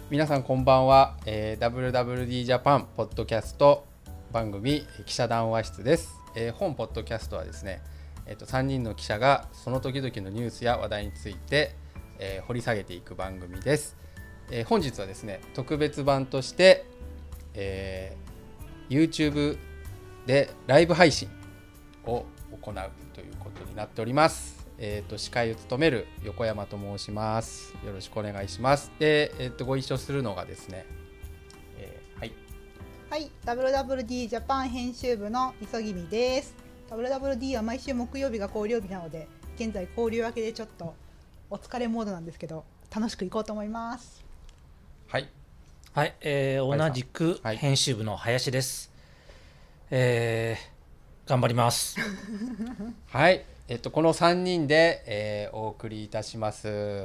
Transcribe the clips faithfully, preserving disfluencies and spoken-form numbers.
皆さんこんばんは、えー、ダブリューダブリューディー ジャパンポッドキャスト番組記者談話室です。えー、本ポッドキャストはですね、えー、とさんにんの記者がその時々のニュースや話題について、えー、掘り下げていく番組です。えー、本日はですね、特別版として、えー、YouTube でライブ配信を行うということになっております。えー、と司会を務める横山と申します。よろしくお願いします。で、えー、とご一緒するのがですね、えー、はいはい、ダブリューダブリューディー ジャパン編集部の磯君です。 ダブリューダブリューディー は毎週木曜日が交流日なので、現在交流明けでちょっとお疲れモードなんですけど、楽しくいこうと思います。 はいはい、えー、同じく編集部の林です。はい、えー、頑張りますはい、えっと、このさんにんで、えー、お送りいたします。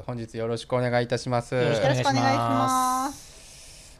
本日よろしくお願いいたします。 よろしくお願いします。 ます。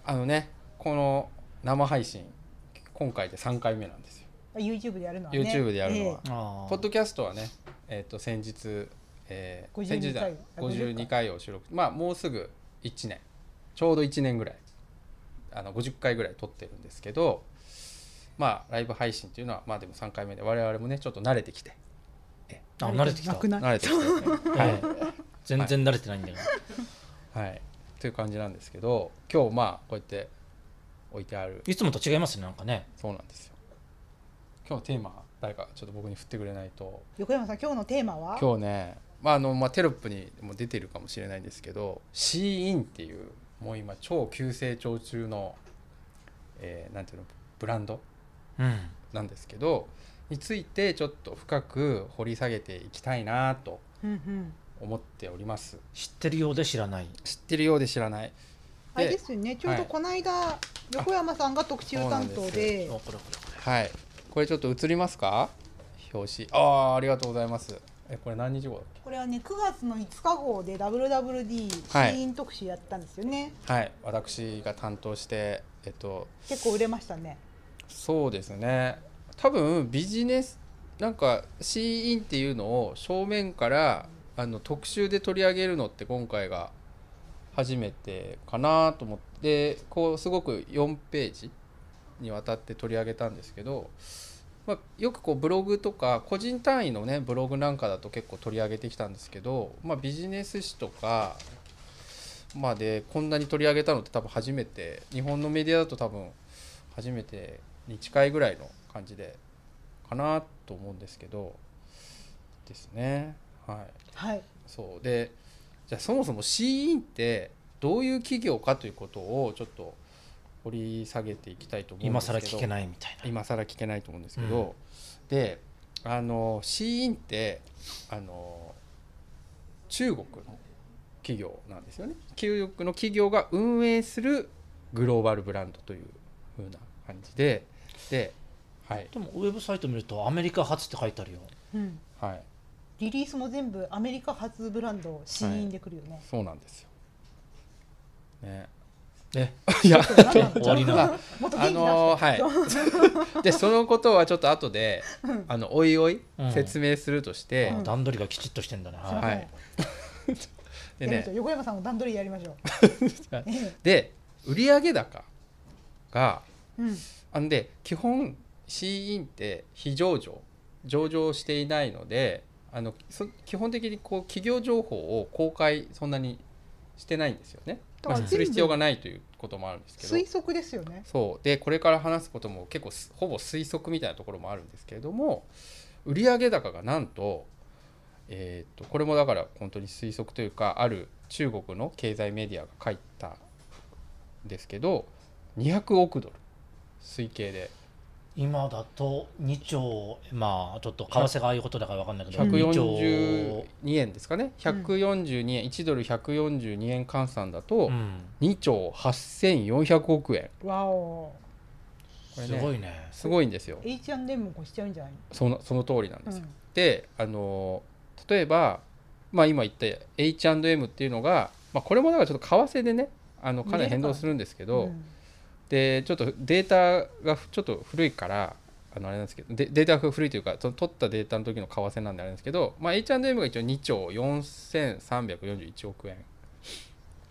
あのね、この生配信今回でさんかいめなんですよ。 YouTube でやるのはね YouTube でやるのは、 えー、ポッドキャストはね、えー、と先日、えー、 ごじゅうにかい先日だごじゅうにかいを収録、まあもうすぐいちねん、ちょうどいちねんぐらい、あのごじゅっかいぐらい撮ってるんですけど、まあライブ配信っていうのはまあでもさんかいめで、我々もねちょっと慣れてきて、 あ慣れてきた慣れてきて、ねはい、 全然慣れてないんだけど、はい、という感じなんですけど、今日まあこうやって置いてある、 いつもと違いますね、なんかね。 そうなんですよ。今日のテーマ誰かちょっと僕に振ってくれないと。 横山さん、今日のテーマは？ 今日ね、まああのまあ、テロップにも出てるかもしれないんですけど、シーインっていうもう今超急成長中の、えー、なんていうのブランドなんですけど、うん、についてちょっと深く掘り下げていきたいなと思っております。うんうん、 知ってるようで知らない。 知ってるようで知らない。 あれですよね、ちょうどこの間、はい、横山さんが特集担当で、 はい、これちょっと映りますか、表紙。ああ、ありがとうございます。え、これ何日号だっけ？ これはね、くがつのいつか号で ダブリューダブリューディー シーイン特集やったんですよね。 はい、はい、私が担当して、えっと、 結構売れましたね。 そうですね、多分ビジネスなんか シーインっていうのを正面からあの特集で取り上げるのって今回が初めてかなと思って、こうすごくよんページにわたって取り上げたんですけど、まあ、よくこうブログとか個人単位のねブログなんかだと結構取り上げてきたんですけど、まあ、ビジネス誌とかまでこんなに取り上げたのって多分初めて、日本のメディアだと多分初めてに近いぐらいの感じでかなと思うんですけどですね。はい、 はい、 そうで、じゃあそもそも シーインってどういう企業かということをちょっと掘り下げていきたいと思うんですけど、 今更聞けないみたいな。 今更聞けないと思うんですけど、うん、で、あの シーインってあの中国の企業なんですよね。中国の企業が運営するグローバルブランドという風な感じで、で、はい、 でもウェブサイト見るとアメリカ発って書いてあるよ。 うん、はい。リリースも全部アメリカ発ブランド シーインでくるよね。はい、 そうなんですよ。ね。 えいや終わりな。 あのはい。でそのことはちょっと後で、うん、あのおいおい説明するとして、 うん、段取りがきちっとしてんだね。 はい。 でね、横山さんも段取りやりましょう。 で売上高が、 うん、 あんで基本 シーインって非上場上場していないので、あの基本的にこう企業情報を公開そんなにしてないんですよね。まあ、する必要がないということもあるんですけど、 推測ですよね。 そうで、これから話すことも結構ほぼ推測みたいなところもあるんですけれども、売上高がなんと、えー、とこれもだから本当に推測というか、ある中国の経済メディアが書いたんですけど、にひゃくおくドル推計で、 今だとにちょう、まあちょっと為替がああいうことだから分かんないけど、 ひゃくよんじゅうにえんですかね。ひゃくよんじゅうにえん、いちドルひゃくよんじゅうにえん換算だとにちょうはっせんよんひゃくおくえん。 わお、 これね、 すごいね。 すごいんですよ。 エイチアンドエム も越しちゃうんじゃないの？ その、その通りなんですよ。 うん、で、 あの例えば、まあ、今言った エイチアンドエム っていうのが、まあ、これもだからちょっと為替でね、あのかなり変動するんですけど、うん、でちょっとデータがちょっと古いからあのあれなんですけど、データが古いというか、その取ったデータの時の為替なんであれなんですけど、まあ、エイチアンドエム が一応にちょうよんせんさんびゃくよんじゅういちおくえん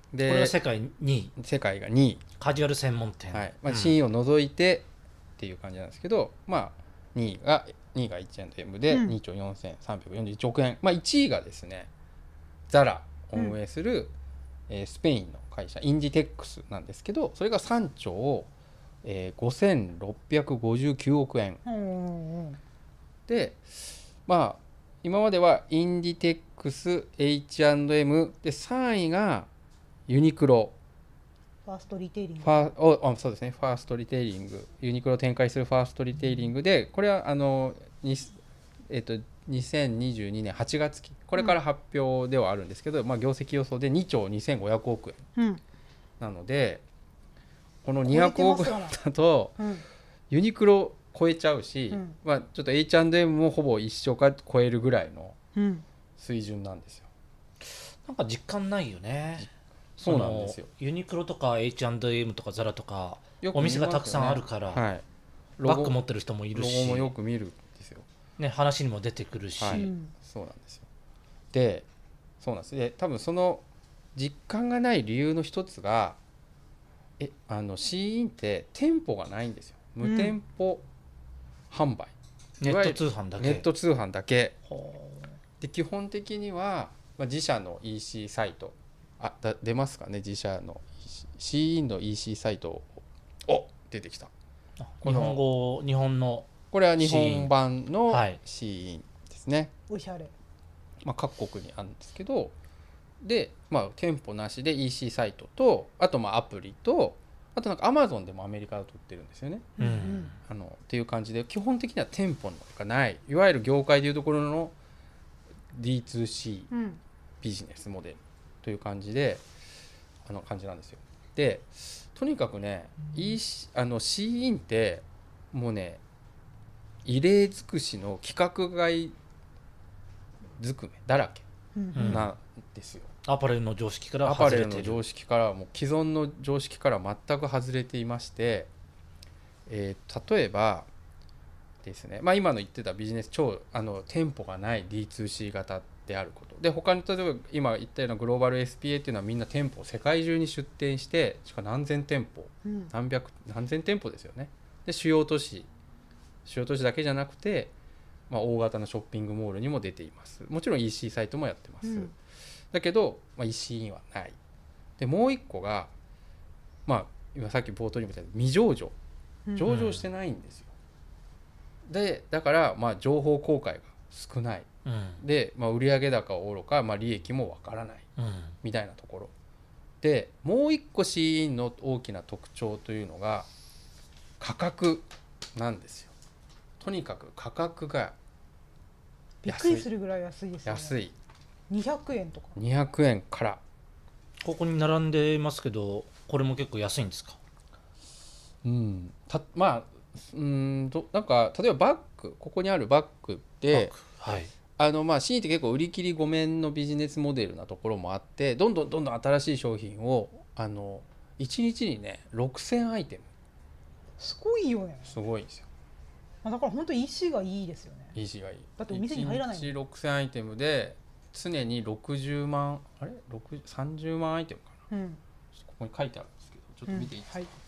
でこれは世界にい世界がにい、 カジュアル専門店、 はいまあ、 うんシーインを除いてっていう感じなんですけど、まあにいがにいが いちエンドエム でうんにちょうよんせんさんびゃくよんじゅういちおくえん、まあ、いちいがですねザラを運営する、えースペインの会社インディテックスなんですけど、それがさんちょう、えーごせんろっぴゃくごじゅうきゅうおくえんうんで、まあ今まではインディテックス エイチアンドエム でさんいがユニクロファーストリテイリングファーおあそうですねファーストリテイリングユニクロを展開するファーストリテイリングで、これはあのに、えっとにせんにじゅうにねんはちがつ期これから発表ではあるんですけど、まあ、業績予想でにちょうにせんごひゃくおくえんうんなので、このにひゃくおくえんだとうんユニクロ超えちゃうし、 うんまあ、ちょっと エイチアンドエム もほぼ一緒か超えるぐらいのうん水準なんですよ。 なんか実感ないよね。 そうなんですよ。 そのユニクロとか エイチアンドエム とかザラとかよくお店が見ますよねたくさんあるから、 はい、 バッグ持ってる人もいるし、 ロゴもよく見るんですよ。 ね、話にも出てくるし、 はいうんそうなんですよ。でそうなんです。で多分その実感がない理由の一つがえあの シーイン って店舗がないんですよ。無店舗販売、 ネット通販だけネット通販だけほで、基本的には、まあ、自社の イーシー サイトあだ出ますかね、自社の イーシー シーイン の イーシー サイトお出てきた。 うあこの日本語日本のこれは日本版のはいシーインですね。 おしゃれまあ、各国にあるんですけど、で、まあ、店舗なしで イーシー サイトと、あとまあアプリと、あとなんか Amazon でもアメリカだと売ってるんですよね。 うんうんあのっていう感じで、基本的には店舗がない、いわゆる業界でいうところの ディーツーシーうんビジネスモデルという感じで、あの感じなんですよ。で、とにかくね、イーシーあの シーイン ってもうね、異例尽くしの規格外ずくめだらけうんうんなんですよ。 アパレルの常識からアパ外れてるレルの常識からもう既存の常識から全く外れていまして、えー例えばですね、まあ、今の言ってたビジネス超あの店舗がない ディーツーシー 型であることで、他に例えば今言ったようなグローバル エスピーエー っていうのはみんな店舗を世界中に出店して、しかも何千店舗うん何百何千店舗ですよね。で主要都市主要都市だけじゃなくて、まあ、大型のショッピングモールにも出ています。もちろん イーシー サイトもやってます、 うんだけど、まあ、イーシーインはないで、もう一個が、まあ、今さっき冒頭にも言った未上場上場してないんですよ、でだからまあ情報公開が少ないうんで、まあ、売上高はおろか、まあ、利益もわからないうんみたいなところで、もう一個 シーインの大きな特徴というのが価格なんですよ。とにかく価格がびっくりするぐらい安いですよね安いにひゃくえんとかにひゃくえんから、 ここに並んでますけど、これも結構安いんですか？ うんたまあうーんとなんか例えばバッグ、ここにあるバッグってはい、 あのまあ シーインって結構売り切りごめんのビジネスモデルなところもあって、どんどんどんどん新しい商品をあのいちにちにねろくせんアイテム、 すごいよねすごいんですよ。 あだから本当 イーシー がいいですよねイーシーがいい。 だってお店に入らないもんいちにちろくせんアイテムで常にろくじゅうまんあれ6 さんじゅうまんアイテムかな。 うんちょっとここに書いてあるんですけど、ちょっと見ていいですか、 うんはい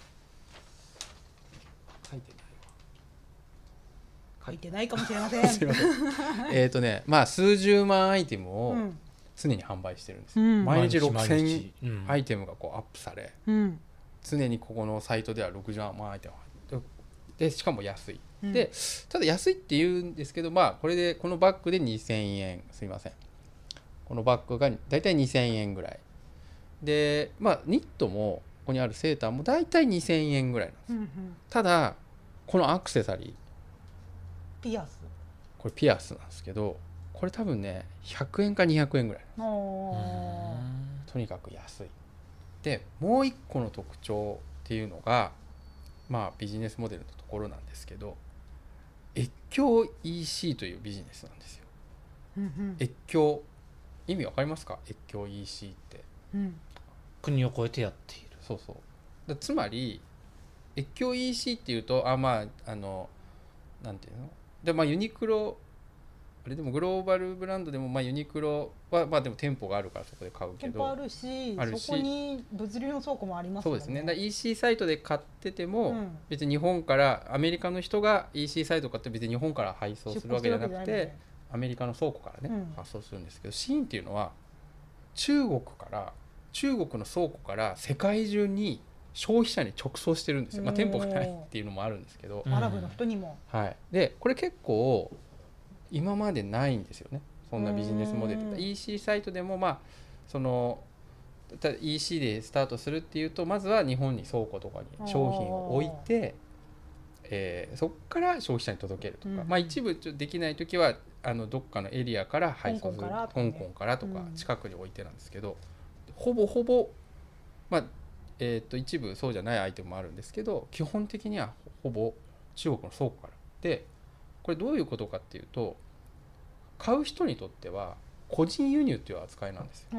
書いてない書いてないかもしれませんすいませんえっとねまあ数十万アイテムうをん常に販売してるんですよ、 うん毎日ろくせん毎日うんアイテムがこうアップされ、 うん常にここのサイトではろくじゅうまんアイテムが入ってでしかも安い、 うんでただ安いって言うんですけど、まあこれでこのバッグでにせんえん、すいませんこのバッグがだいたいにせんえんぐらいで、まあニットもここにあるセーターもだいたいにせんえんぐらいなんです。 うんうんただこのアクセサリー、 ピアスこれピアスなんですけど、これ多分ねひゃくえんかにひゃくえんぐらい、 のとにかく安い。でもう一個の特徴っていうのがまあビジネスモデルのところなんですけど、越境 イーシー というビジネスなんですよ。 うんうん越境、意味わかりますか？越境 イーシー って。 うん国を越えてやっている。 そうそう。だつまり越境 イーシー っていうと、あまああのなんていうので、まあユニクロあれでもグローバルブランドでもまあユニクロはまあでも店舗があるからそこで買うけど店舗あるし、 あるしそこに物流の倉庫もありますもんね。 そうですね。だから イーシー サイトで買ってても、 うん、 別に日本からアメリカの人が イーシー サイト買って別に日本から配送するわけじゃなくて、アメリカの倉庫からね、うん、発送するんですけど、シーインっていうのは中国から中国の倉庫から世界中に消費者に直送してるんですよ。まあ、店舗がないっていうのもあるんですけど、 アラブの人にも、 はい、でこれ結構今までないんですよね。そんなビジネスモデル。イーシー サイトでもまあそのイーシー でスタートするっていうと、まずは日本に倉庫とかに商品を置いて、えー、そこから消費者に届けるとか、うん、まあ一部できない時はあのどっかのエリアから配送する、香港からとか近くに置いてなんですけど、うん、ほぼほぼまあえー、と一部そうじゃないアイテムもあるんですけど、基本的にはほぼ中国の倉庫からで、これどういうことかっていうと、買う人にとっては個人輸入っていう扱いなんですよ。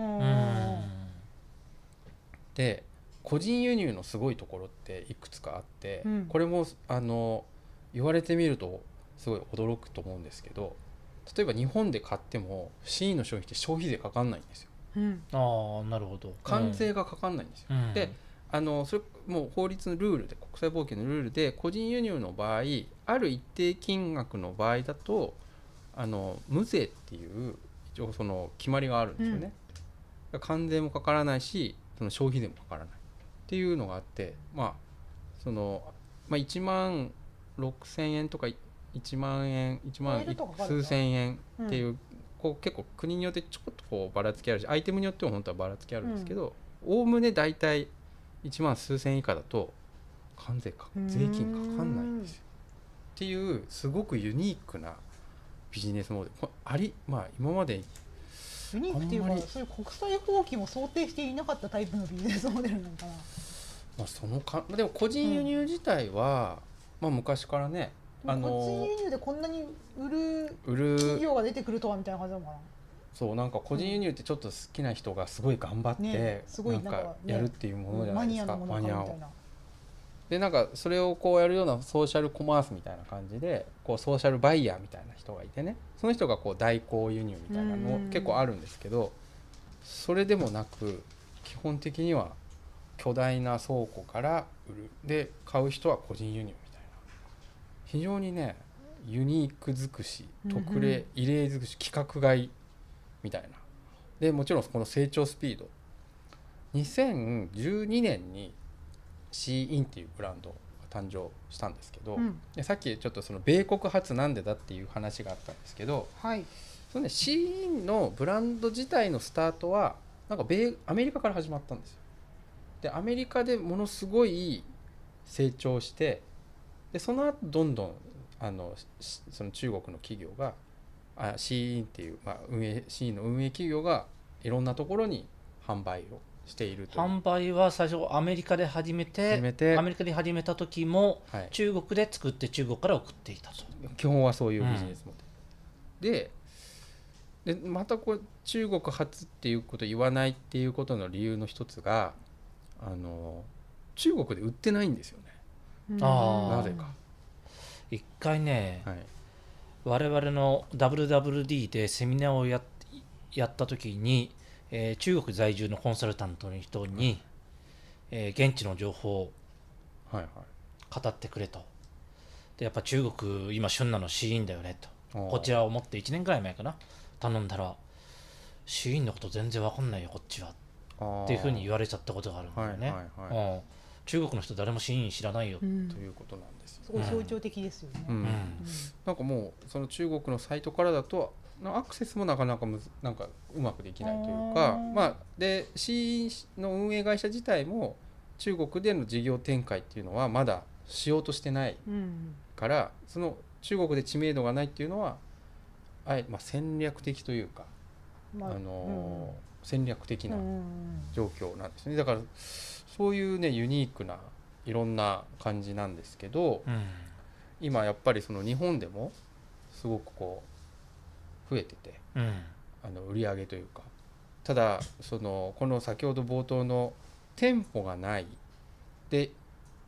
で個人輸入のすごいところっていくつかあって、うん、これもあの言われてみるとすごい驚くと思うんですけど、例えば日本で買っても シーイー の商品って消費税かかんないんですよ。 うん、ああなるほど。 関税がかかんないんですよ。うん、であのそれもう法律のルールで、国際貿易のルールで個人輸入の場合、ある一定金額の場合だとあの無税っていう一応その決まりがあるんですよね。うん、関税もかからないし、その消費税もかからないっていうのがあって、まあそのまあ、いちまんろくせんえんとかいちまんえんいちまん数千円っていう、うん、こう結構国によってちょっとこうばらつきあるし、アイテムによっても本当はばらつきあるんですけど、おおむね大体いちまん数千以下だと関税か税金かかんないんですよっていうすごくユニークなビジネスモデル。これあり、まあ、今までユニークっていうか、そういう国際法規も想定していなかったタイプのビジネスモデルなのかな。 まあ、そのかでも個人輸入自体は、うん、まあ、昔からね、 あの個人輸入でこんなに売る企業が出てくるとはみたいな感じなのかな。 そう、なんか個人輸入ってちょっと好きな人がすごい頑張って、ね、すごいなんかやるっていうものじゃないですか、 ね、マニアのものかみたいな。 でなんかそれをこうやるようなソーシャルコマースみたいな感じで、こうソーシャルバイヤーみたいな人がいてね、その人がこう代行輸入みたいなの結構あるんですけど、それでもなく基本的には巨大な倉庫から売る、で買う人は個人輸入みたいな、非常にねユニーク尽くし、特例異例尽くし、規格外みたいな。でもちろんこの成長スピード、にせんじゅうにねんにシーインっていうブランドが誕生したんですけど、うん、でさっきちょっとその米国発なんでだっていう話があったんですけど、 はい、 そのね、シーインのブランド自体のスタートはなんか米アメリカから始まったんですよ。でアメリカでものすごい成長して、でその後どんどんあのその中国の企業があシーインっていう、まあ、運営シーインの運営企業がいろんなところに販売をしているという。 販売は最初アメリカで始めて、始めてアメリカで始めた時も、はい、中国で作って中国から送っていたと。 基本はそういうビジネスモデル、うん、で, でまたこう中国発っていうことを言わないっていうことの理由の一つが、あの中国で売ってないんですよね。あなぜか一回ね、 はい、 我々の ダブリューダブリューディー でセミナーを や, やった時に、えー、中国在住のコンサルタントの人に、はい、えー、現地の情報を語ってくれと。でやっぱ中国今旬なのシーインだよねと、こちらを持っていちねんくらい前かな頼んだら、シーインのこと全然わかんないよこっちはっていうふうに言われちゃったことがあるんだよね、はいはいはい、うん、中国の人誰もシーイン知らないよ、うん、 ということなんですよ。 すごい象徴的ですよね、うんうん、 なんかもうその中国のサイトからだとアクセスもなかなかむずなんかうまくできないというか、まあ、で シーインの運営会社自体も中国での事業展開っていうのはまだしようとしてないから、うん、その中国で知名度がないっていうのはあえ、まあ、戦略的というか、まああのーうん、戦略的な状況なんですね。だからそういうねユニークないろんな感じなんですけど、うん、今やっぱりその日本でもすごくこう増えてて、うん、あの売り上げというか、ただそのこの先ほど冒頭の店舗がないで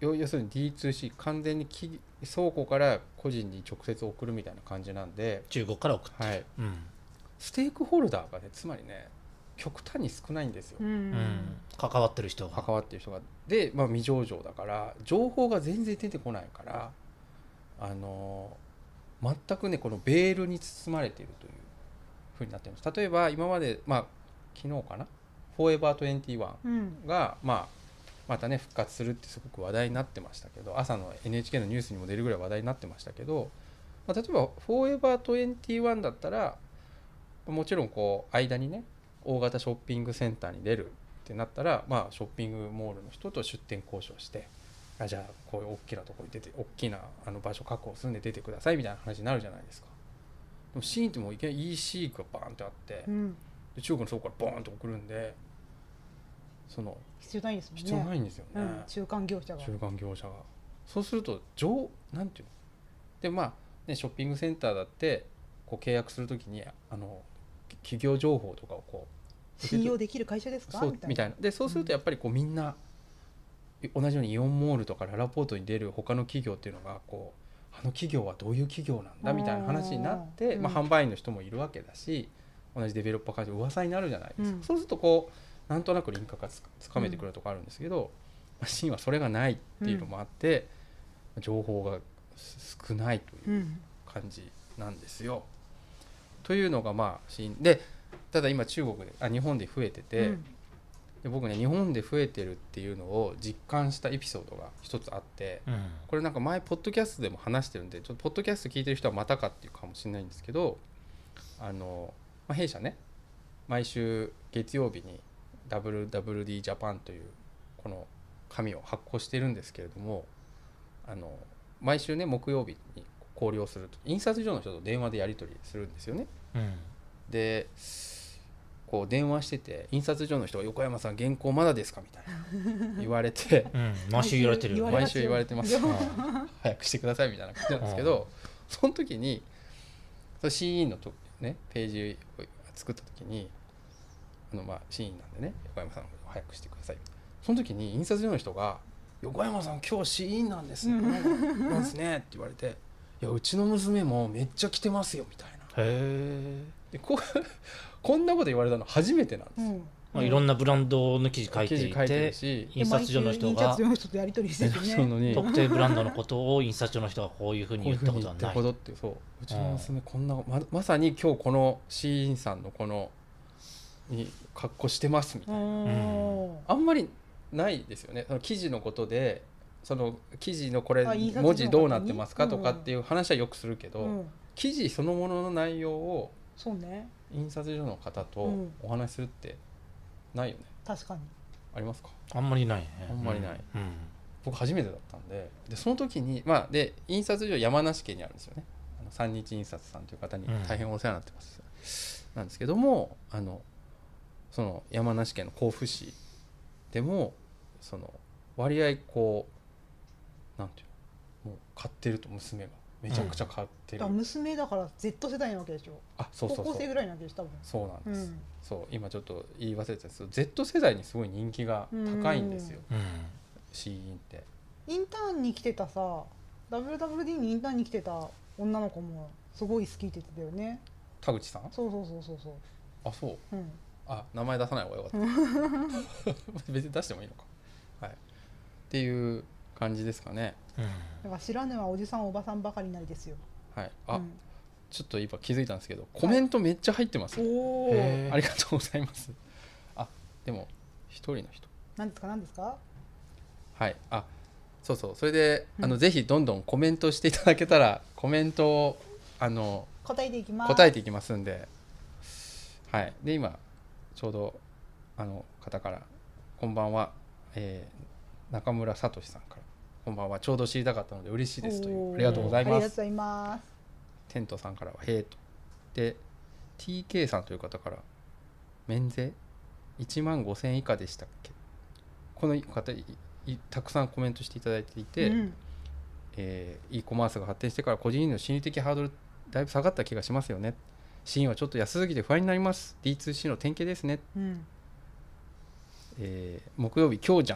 要要するに ディーツーシー 完全にき倉庫から個人に直接送るみたいな感じなんで、 中国から送ってる、 はい、 うん、 ステークホルダーがねつまりね極端に少ないんですよ、 うんうん、関わってる人が関わってる人がで、まあ、未上場だから情報が全然出てこないから、あのー、全くねこのベールに包まれているという風になっています。例えば今まで、まあ、昨日かなフォーエバーにじゅういちが、 うん、 まあ、またね復活するってすごく話題になってましたけど、朝の エヌエイチケー のニュースにも出るぐらい話題になってましたけど、まあ、例えばフォーエバーにじゅういちだったらもちろんこう間にね大型ショッピングセンターに出るってなったら、まあ、ショッピングモールの人と出店交渉して、あじゃあこういう大きなところに出て大きなあの場所確保するんで出てくださいみたいな話になるじゃないですか。でもシーンってもういきなり イーシー がバーンってあって、 うん、 で中国の倉庫からボーンと送るんで、その必要ないですもんね。 必要ないんですよね、 うん、中間業者が中間業者が。そうすると上なんていうので、まあね、ショッピングセンターだってこう契約するときにあの企業情報とかをこう信用できる会社ですかそうみたいな。 みたいなでそうするとやっぱりこうみんな、うん、同じようにイオンモールとかララポートに出る他の企業っていうのがこうあの企業はどういう企業なんだみたいな話になって、 うんまあ、販売員の人もいるわけだし同じデベロッパー会社噂になるじゃないですか、 うん、 そうするとこうなんとなく輪郭がつかつかめてくるところあるんですけど、うん、シーンはそれがないっていうのもあって、うん、情報が少ないという感じなんですよ、うん、というのがまあシーンで、ただ今中国であ日本で増えてて、うん、で僕ね日本で増えてるっていうのを実感したエピソードが一つあって、うん、これなんか前ポッドキャストでも話してるんでちょっとポッドキャスト聞いてる人はまたかっていうかもしれないんですけど、あの、まあ、弊社ね毎週月曜日に ダブリューダブリューディー ジャパンというこの紙を発行してるんですけれども、あの毎週ね木曜日に交流をすると印刷所の人と電話でやり取りするんですよね、うん、でこう電話してて印刷所の人が横山さん原稿まだですかみたいな言われて、 うん、毎週言われてるよ、 毎週言われてます早くしてくださいみたいな感じなんですけど、その時にシーイーのと、ね、ページを作った時にあのまあシーイーなんでね横山さん早くしてください、その時に印刷所の人が横山さん今日シーイーなんですねなんですねって言われて、いやうちの娘もめっちゃ来てますよみたいな。へでここんなこと言われたの初めてなんです、うんまあ、いろんなブランドの記事書いていて印刷所の人が印刷所の人とやり取りしてるね特定ブランドのことを印刷所の人がこういうふうに言ったことはない。 こういうふうに言ってそううちの娘こんな ま, まさに今日このシーインさんのこのに格好してますみたいな、うん、あんまりないですよね。その記事のことでその記事のこれ文字どうなってますかとかっていう話はよくするけど、うん、記事そのものの内容をそうね印刷所の方とお話しするってないよね、 うん、確かにありますか？ あんまりないね。 あんまりない、 うんうん、 僕初めてだったんで、でその時にまあで印刷所山梨県にあるんですよね。あの三日印刷さんという方に大変お世話になってます、うん、なんですけども、あのその山梨県の甲府市でもその割合こうなんていうのもう買ってると娘がめちゃくちゃ買ってる、 うん、娘だから Z 世代なわけでしょ。 あそうそうそう高校生ぐらいなわけでしょ多分。 そうなんです、うん、そう今ちょっと言い忘れてたんですけど Z 世代にすごい人気が高いんですよ、うん、シーインってインターンに来てたさ ダブリューダブリューディー にインターンに来てた女の子もすごい好きって言ってたよね。 田口さん。 そうそうそうそうそう。 あそう、 うん、 あ名前出さない方がよかった別に出してもいいのか、はい、っていう感じですかね、 うん、だから知らぬはおじさんおばさんばかりなりですよ。 はい、あ、うん、ちょっと今気づいたんですけどコメントめっちゃ入ってます、ね、はい、ありがとうございます。あでも一人の人何ですか何ですか。 はいあそうそうそれで、うん、あのぜひどんどんコメントしていただけたらコメントをあの答えていきます答えていきますんで、はい、で今ちょうどあの方からこんばんは、えー、中村聡さんからこんばんはちょうど知りたかったので嬉しいですというありがとうございます。 ありがとうございます。 テントさんからはへーとで ティーケー さんという方から免税いちまんごせんえん以下でしたっけ。この方たくさんコメントしていただいていて、うんえー、e コマースが発展してから個人輸入の心理的ハードルだいぶ下がった気がしますよね。シーンはちょっと安すぎて不安になります。 ディーツーシー の典型ですね、うんえー、木曜日今日じゃん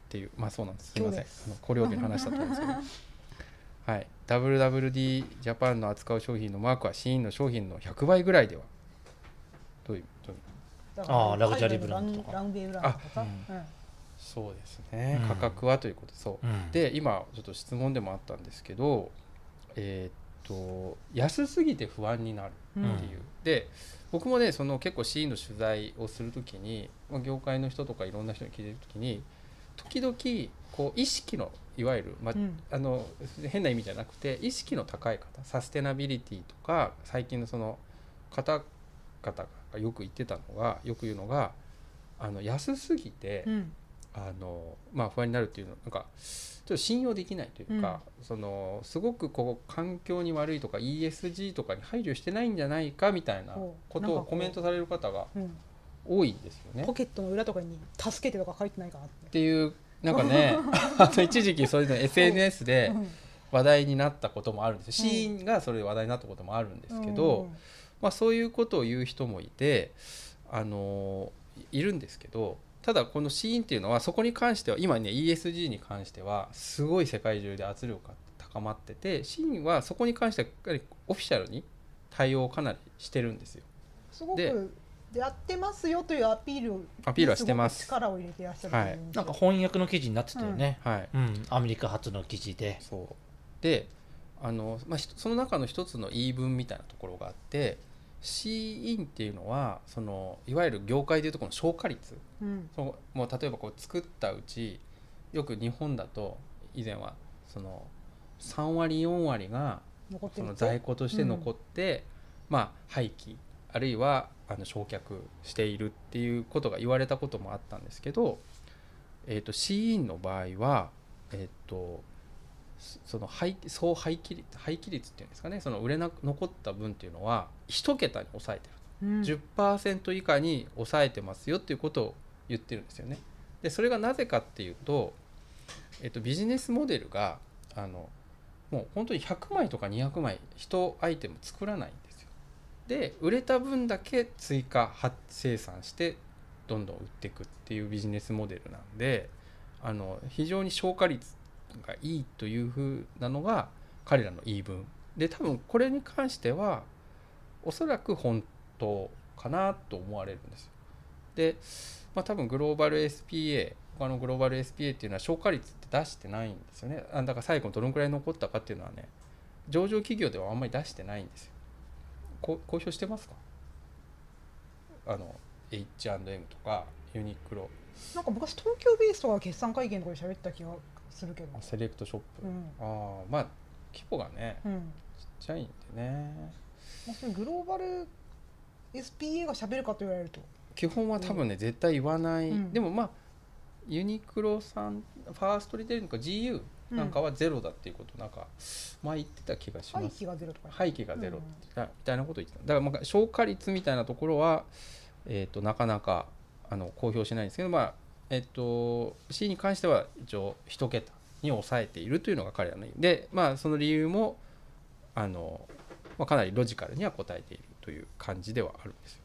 っていう、まあそうなんです、すいません、 今日ですあの小料理の話だと思うんですけどはい、ダブリューダブリューディー ジャパンの扱う商品のマークはシーインの商品のひゃくばいぐらいでは、どういうどういうだからあーラグジュアリーブランドとかランウェイブランドとか、 あうんそうですね、 うん価格はということそう、 うんで今ちょっと質問でもあったんですけど、えーっと安すぎて不安になるうんっていう、で僕もねその結構シーンの取材をするときに、まあ、業界の人とかいろんな人に聞いてるときに時々こう意識のいわゆる、まあうんあの変な意味じゃなくて意識の高い方、サステナビリティとか最近のその方々がよく言ってたのがよく言うのがあの安すぎて、 うんあのまあ、不安になるっていうのなんかちょっと信用できないというか、そのすごくこう環境に悪いとか イーエスジー とかに配慮してないんじゃないかみたいなことをコメントされる方がうん多いんですよね。 ポケットの裏とかに助けてとか書いてないかなっってていうなんかねあの一時期そういうの エスエヌエス でうん話題になったこともあるんですよ、 うんシーンがそれで話題になったこともあるんですけど、 うんまあ、そういうことを言う人もいて、あのいるんですけど、ただこのシーンっていうのはそこに関しては今ね イーエスジー に関してはすごい世界中で圧力が高まってて、シーンはそこに関してはやっぱりオフィシャルに対応をかなりしてるんですよ。 すごでくやってますよというアピールをアピールはしてますごく力を入れていらっしゃるという印象なんか翻訳の記事になってたよね、 はい、 うんアメリカ発の記事で。 そうであの、まあ、ひその中の一つの言い分みたいなところがあって、シーインっていうのはそのいわゆる業界でいうとこの消化率、 うんそのもう例えばこう作ったうちよく日本だと以前はそのさんわりよんわりがその残ってるって在庫として残って、まあ廃棄あるいはあの焼却しているっていうことが言われたこともあったんですけど、えー、とシーインの場合は、えー、とその廃総廃棄率廃棄率っていうんですかね、その売れな残った分っていうのは一桁に抑えてる、 うんじゅっパーセント 以下に抑えてますよっていうことを言ってるんですよね。でそれがなぜかっていうと、えっと、ビジネスモデルがあのもう本当にひゃくまいとかにひゃくまいいちアイテム作らないんですよ。で売れた分だけ追加生産してどんどん売っていくっていうビジネスモデルなんで、あの非常に消化率がいいというふうなのが彼らの言い分で、多分これに関してはおそらく本当かなと思われるんですよ。で、まあ、多分グローバル エスピーエー 他のグローバル エスピーエー っていうのは消化率って出してないんですよね。あだから最後どのくらい残ったかっていうのはね、上場企業ではあんまり出してないんですよ。こ公表してますか？あの エイチアンドエム とかユニクロ、 なんか昔東京ベースとか決算会見とかで喋った気がするけど、 セレクトショップ、 うんああまあ規模がねうん、 ちっちゃいんでね、 まあ、それグローバル エスピーエー が喋るかと言われると、 基本は多分ね、絶対言わない、 うんでもまあユニクロさんファーストリテイリングとか ジーユー なんかはゼロだっていうことなんか前言ってた気がします。 廃棄がゼロとか、 廃棄がゼロってみたいなことを言ってた。だからまあ消化率みたいなところは、えー、となかなかあの公表しないんですけど、まあえっ、と C に関しては一応一桁に抑えているというのが彼らの意味で、まあその理由もあの、まあ、かなりロジカルには答えているという感じではあるんですよ。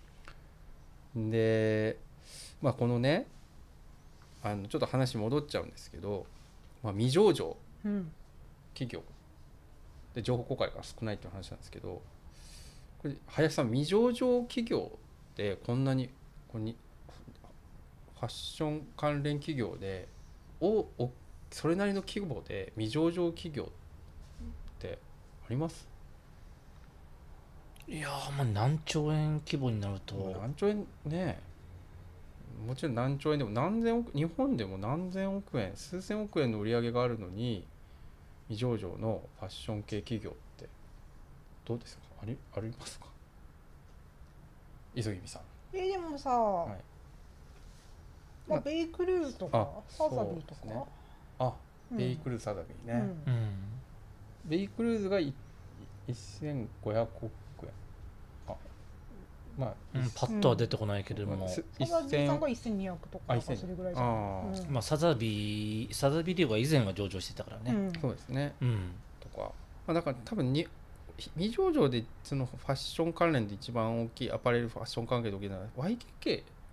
で、まあ、このねあのちょっと話戻っちゃうんですけど、まあ、未上場うん企業で情報公開が少ないという話なんですけど、これ林さん未上場企業でこんなにこれにファッション関連企業でおおそれなりの規模で未上場企業ってあります？ いやーまあ何兆円規模になると何兆円ね、もちろん何兆円でも何千億、日本でも何千億円数千億円の売り上げがあるのに未上場のファッション系企業ってどうですか？あり、ありますか？磯君さん。 えーでもさ、 はいまあ、ベイクルーとかあサザビーとか、 そうですねあ、 うんベイクルーズサザビーね、 うんうんベイクルーズがいせんごひゃくおくえん、あまあ、 うんパッとは出てこないけれども、 すサザビーさんがいっいっせんにひゃくとかあなんかそれぐらいじゃないあーうんまあ、サザビーサザビーリュウが以前は上場してたからね、 うんそうですねうんとか、まあ、だから多分に未上場でそのファッション関連で一番大きいアパレルファッション関係で大きいのは ワイケーケー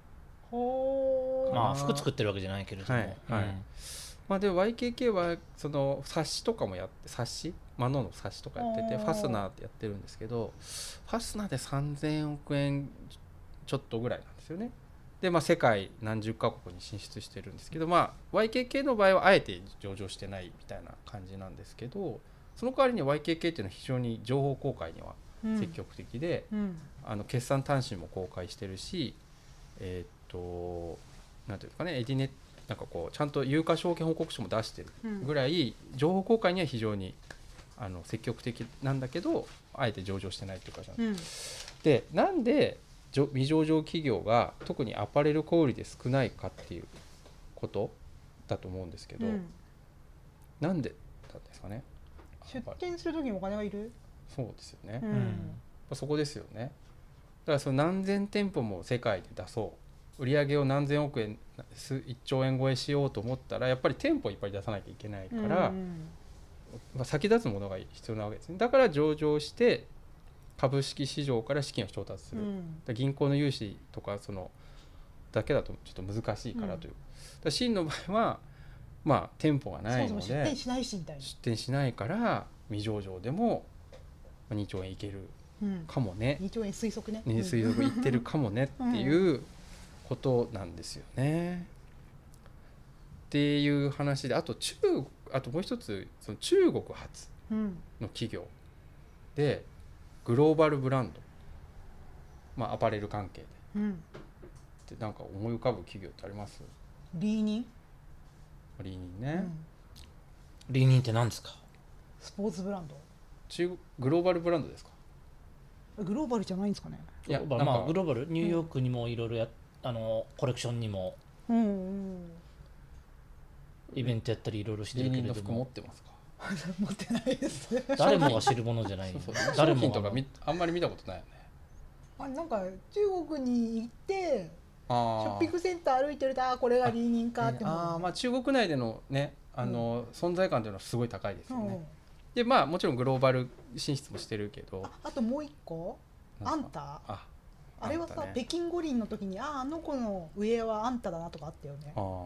ほー。 まあ服作ってるわけじゃないけれども、 はいはいうんまあ、で ワイケーケー はその冊子とかもやって冊子マノの冊子とかやってておーファスナーってやってるんですけどファスナーでさんぜんおくえんちょっとぐらいなんですよね。でまあ世界何十カ国に進出してるんですけど、まあ、ワイケーケー の場合はあえて上場してないみたいな感じなんですけど、その代わりに ワイケーケー っていうのは非常に情報公開には積極的で、 うんうんあの決算単身も公開してるし、えーっとなんていうんですかねエディネなんかこうちゃんと有価証券報告書も出してるぐらい情報公開には非常にあの積極的なんだけどあえて上場してないっていうかじゃない、 うんでなんでじょ未上場企業が特にアパレル小売で少ないかっていうことだと思うんですけど、 うんなんでなんですかね。 出店する時にお金がいる、 そうですよね、 ううんんそこですよね。だからその何千店舗も世界で出そう売り上げを何千億円数いっちょうえん超えしようと思ったらやっぱり店舗いっぱい出さなきゃいけないから、 うんまあ、先立つものが必要なわけですね。だから上場して株式市場から資金を調達する、だかうんら銀行の融資とかそのだけだとちょっと難しいからという、だから真の場合はまあ店舗がないのでそもそも出店しないしみたいな、 出店しないから未上場でもまあにちょうえんいけるうん、 かもねにちょうえん推測ね、 ね水族行ってるかもねっていうことなんですよね。っていう話であと中あともう一つその中国発うんの企業でグローバルブランド、まあ、アパレル関係でうん、 ってなんか思い浮かぶ企業ってあります？ リーニン、 リーニンね、 うん、 リーニンって何ですか？ スポーツブランド、 中グローバルブランドですか？ グローバルじゃないんですかね。 いやまあ、 なんかまあグローバルニューヨークにもいろいろやあのコレクションにもうんうんイベントやったりいろいろしてリーるけれどニンの服持っもてますか？ 持ってないです誰もが知るものじゃないそうそう誰商品とかもがみあんまり見たことないよね。 あなんか中国に行ってシあーョッピングセンター歩いてるとあーこれがリーニンかって思う、 あーまあ中国内でのねあの、存在感というのはすごい高いですよね、 うん、 でまあもちろんグローバル進出もしてるけどああともう一個あんたああれはさ、 あんたね北京五輪の時にあああの子の上はあんただなとかあったよね。 あ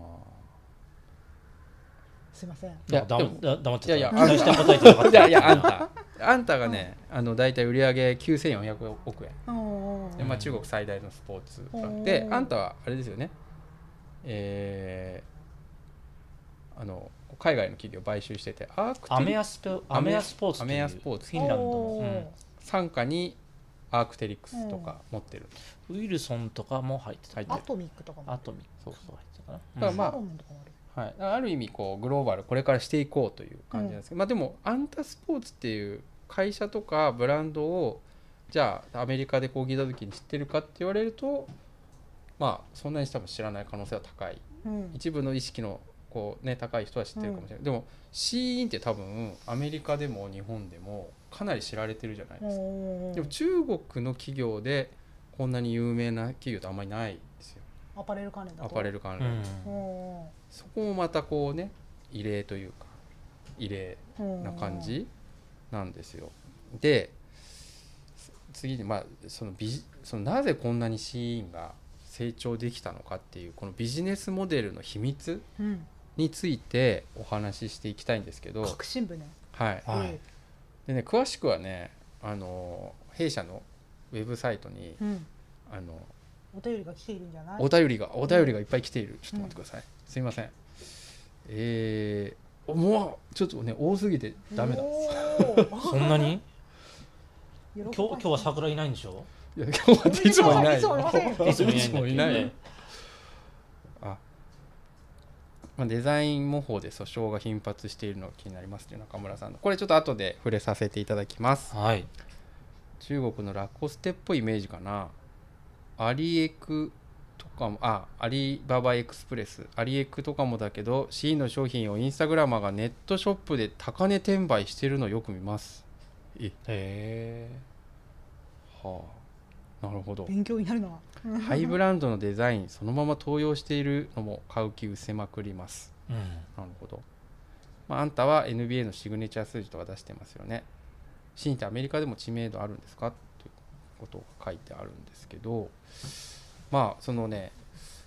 すいません。 いやだでもだ黙っちゃったいやいや最初は答えてなかったーいやいやあんたあんたがね、あの大体売上きゅうせんよんひゃくおくえんうんうんで、まあ、中国最大のスポーツブランドうんであんたはあれですよねえー、あの海外の企業を買収しててアークティアメアスポアメアスポーツというアメアスポーツフィンランドの、 おー傘下にアークテリクスとか持ってる、 うん、ウィルソンとかも入ってた入ってるアトミックとかもアトミックそうそう入ってたかな、 だからまあサロモンとかもある。 はい、ある意味こうグローバルこれからしていこうという感じなんですけど、まあでもアンタスポーツっていう会社とかブランドをじゃあアメリカでこう聞いた時に知ってるかって言われるとまあそんなに多分知らない可能性は高い、 うん一部の意識のこう、ね、高い人は知ってるかもしれない、うん、でもシーインって多分アメリカでも日本でもかなり知られてるじゃないですか。 おーでも中国の企業でこんなに有名な企業ってあんまりないですよ、 アパレル関連だと。 アパレル関う連、 んおそこもまたこうね異例というか異例ーな感じなんですよ。で次にまあそのビジそのなぜこんなにシーインが成長できたのかっていうこのビジネスモデルの秘密うん、 についてお話ししていきたいんですけど、 革新部ね。 はい、 はいでね詳しくはねあの弊社のウェブサイトにうん、 あのお便りが来ているんじゃない？ お便りがお便りがいっぱい来ている。ちょっと待ってください、すいません。えー、もうちょっとね多すぎてダメだ。 おーそんなに喜ば今日今日は桜いないんでしょ？ いや今日はいつもいないいつもいませんよいつもいないんだっけいつもいないねあ、まあ、デザイン模倣で訴訟が頻発しているのが気になりますという中村さんのこれちょっと後で触れさせていただきます。 はい中国のラコステっぽいイメージかな。アリエクとかもあアリババエクスプレスアリエクとかもだけど C の商品をインスタグラマーがネットショップで高値転売してるのをよく見ます。えへえはあなるほど。 勉強になるな。 ハイブランドのデザインそのまま登用しているのも買う気失せまくります。 うんなるほど、まあ、あんたは エヌビーエー のシグネチャー数字とか出してますよね。シーンってアメリカでも知名度あるんですかということが書いてあるんですけど、まあそのね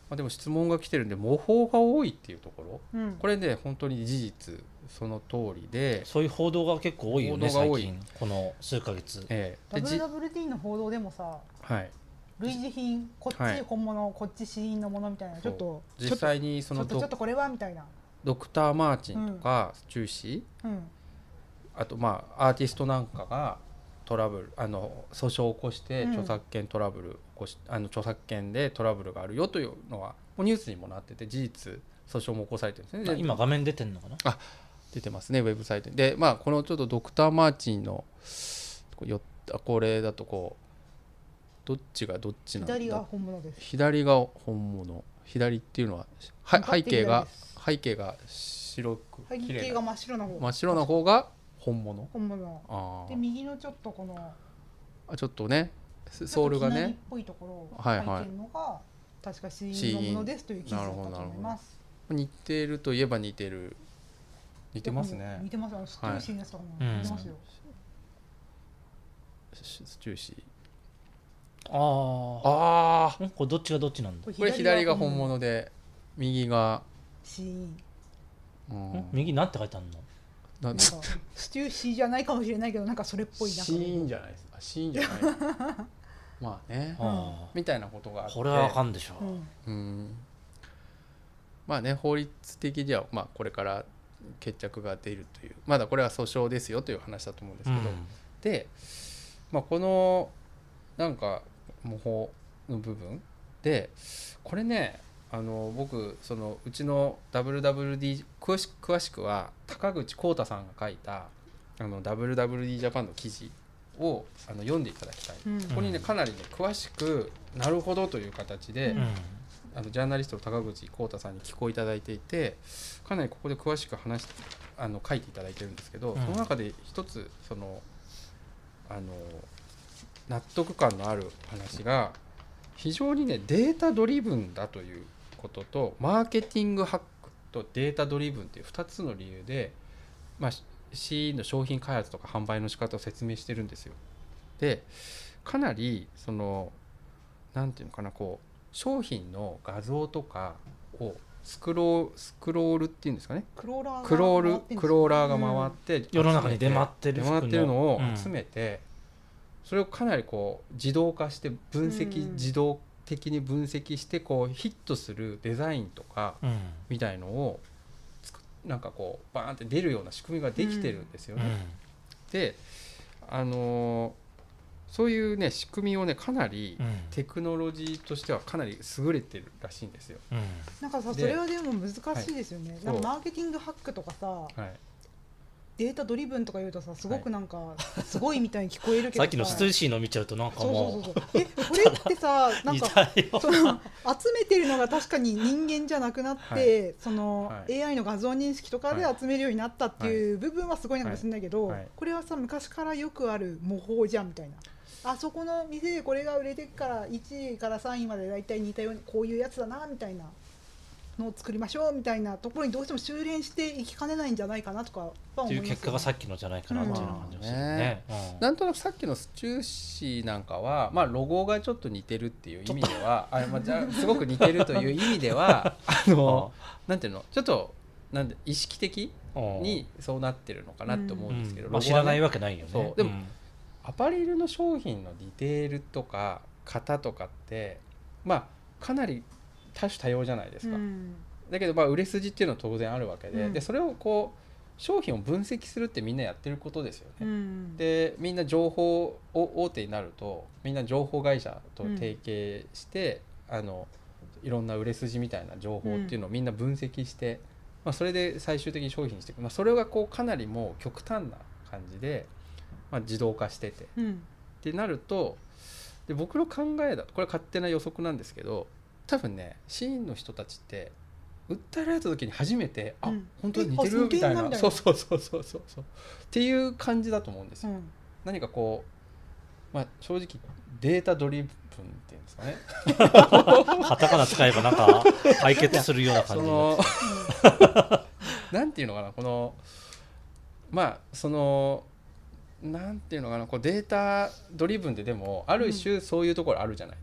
まあ、でも質問が来てるんで模倣が多いっていうところ、 うん、 これね本当に事実その通りで、 そういう報道が結構多いよね報道が多い最近この数ヶ月、 ええでじダブルダブリューティー の報道でもさ、 はい類似品こっはいち本物、こっち試飲のものみたいな、ちょっと実際にそちょのドっとちょっとこれはみたいな、 ドクター・マーチンとかジューシー、 うんあとまあアーティストなんかがトラブルあの訴訟を起こしてうん著作権トラブル起こし、あの著作権でトラブルがあるよというのはもうニュースにもなってて事実訴訟も起こされてるんですね。で今画面出てんのかな。 出てますねウェブサイトに。でまあこのちょっとドクター・マーチンのこうよこれだとこうどっちがどっちなんだ。 左が本物です。 左が本物、左っていうのはは背景が背景が白く背綺麗な景が真っ白な方、 真っ白な方が本物。 本物あで、右のちょっとこのあちょっとねソールがちょっと生っねぽいところをはいはい書いてるのが確か試飲のものですという記事だったと思います。 似てるといえば似てる似てますね。 似てます。あのステューシーのやつとかもはい似てますよ。 スチューシーああああこれどっちがどっちなんだ。 これ左が本物で右が試飲。 うん右なんて書いてあるの。 なんなんかステューシーじゃないかもしれないけど、なんかそれっぽいな。 シーンじゃないですか。シーンじゃないまあねあみたいなことがあってあこれはあかんでしょう。んうんまあね法律的にはまあこれから決着が出るというまだこれは訴訟ですよという話だと思うんですけど、 うんで、まあ、このなんか模倣の部分でこれねあの僕そのうちの ダブリューダブリューディー 詳し詳しくは高口浩太さんが書いたあの ダブリューダブリューディー ジャパンの記事をあの読んでいただきたい、 うんここにねかなりね詳しくなるほどという形で、 うんうんあのジャーナリストの高口浩太さんに寄稿いただいていてかなりここで詳しく話しあの書いていただいてるんですけど、 うんその中で一つそのあの納得感のある話が非常にねデータドリブンだということとマーケティングハックとデータドリブンというふたつの理由で、まあ、シーイー の商品開発とか販売の仕方を説明してるんですよ。でかなりそのなんていうのかなこう商品の画像とかをスクロースクロールっていうんですかねクローラーがクロール回ってんですよクローラーが回って、 世の中に出回ってる出回ってるのをうん集めて、それをかなりこう自動化して分析、 うん自動的に分析してこうヒットするデザインとかうんみたいのをつくなんかこうバーンって出るような仕組みができてるんですよね。であのーそういうね仕組みをねかなりうんテクノロジーとしてはかなり優れてるらしいんですよ。 うんなんかさ、 でそれはでも難しいですよね。 いなんかマーケティングハックとかさ、 はいデータドリブンとか言うとさ、すごくなんかすごいみたいに聞こえるけどさっきのストゥーシーの見ちゃうとなんかそうもそうそうそう。え、これってさ、なんか似たよその集めてるのが確かに人間じゃなくなって、 はいその、 はいエーアイ の画像認識とかで集めるようになったっていう部分はすごいのかもしれないけど、 はいはいこれはさ昔からよくある模倣じゃんみたいな。あそこの店でこれが売れてからいちいからさんいまでだいたい似たようにこういうやつだなみたいなのを作りましょうみたいなところにどうしても修練していきかねないんじゃないかなとかは思いますよね。 っていう結果がさっきのじゃないかなっていう感じがするね。うんなんとなくさっきのスチューシーなんかは、まあ、ロゴがちょっと似てるっていう意味ではあ、まあ、じゃあすごく似てるという意味ではあのなんていうのちょっとなんで意識的うんにそうなってるのかなと思うんですけど、 うんまあ、 ロゴはね知らないわけないよね。 そうでもんアパレルの商品のディテールとか型とかってまあかなり多種多様じゃないですか、 うんだけどまあ売れ筋っていうのは当然あるわけで、 うんでそれをこう商品を分析するってみんなやってることですよね、 うんでみんな情報を大手になるとみんな情報会社と提携して、あのいろんな売れ筋みたいな情報っていうのをみんな分析して、まあ、それで最終的に商品にしていく、まあ、それがこうかなりもう極端な感じで、まあ、自動化しててうんってなるとで僕の考えだとこれ勝手な予測なんですけど多分ねシーンの人たちって訴えられた時に初めて、 うんあ本当に似てえあるみたいな似てんなみたいなそうそうそうそうそうそうっていう感じだと思うんですよ、 うん何かこう、まあ、正直データドリブンっていうんですかねカタカナ使えばなんか解決するような感じになそのってなんていうのかなこのまあそのなんていうのかなこうデータドリブンででもある種そういうところあるじゃないですか、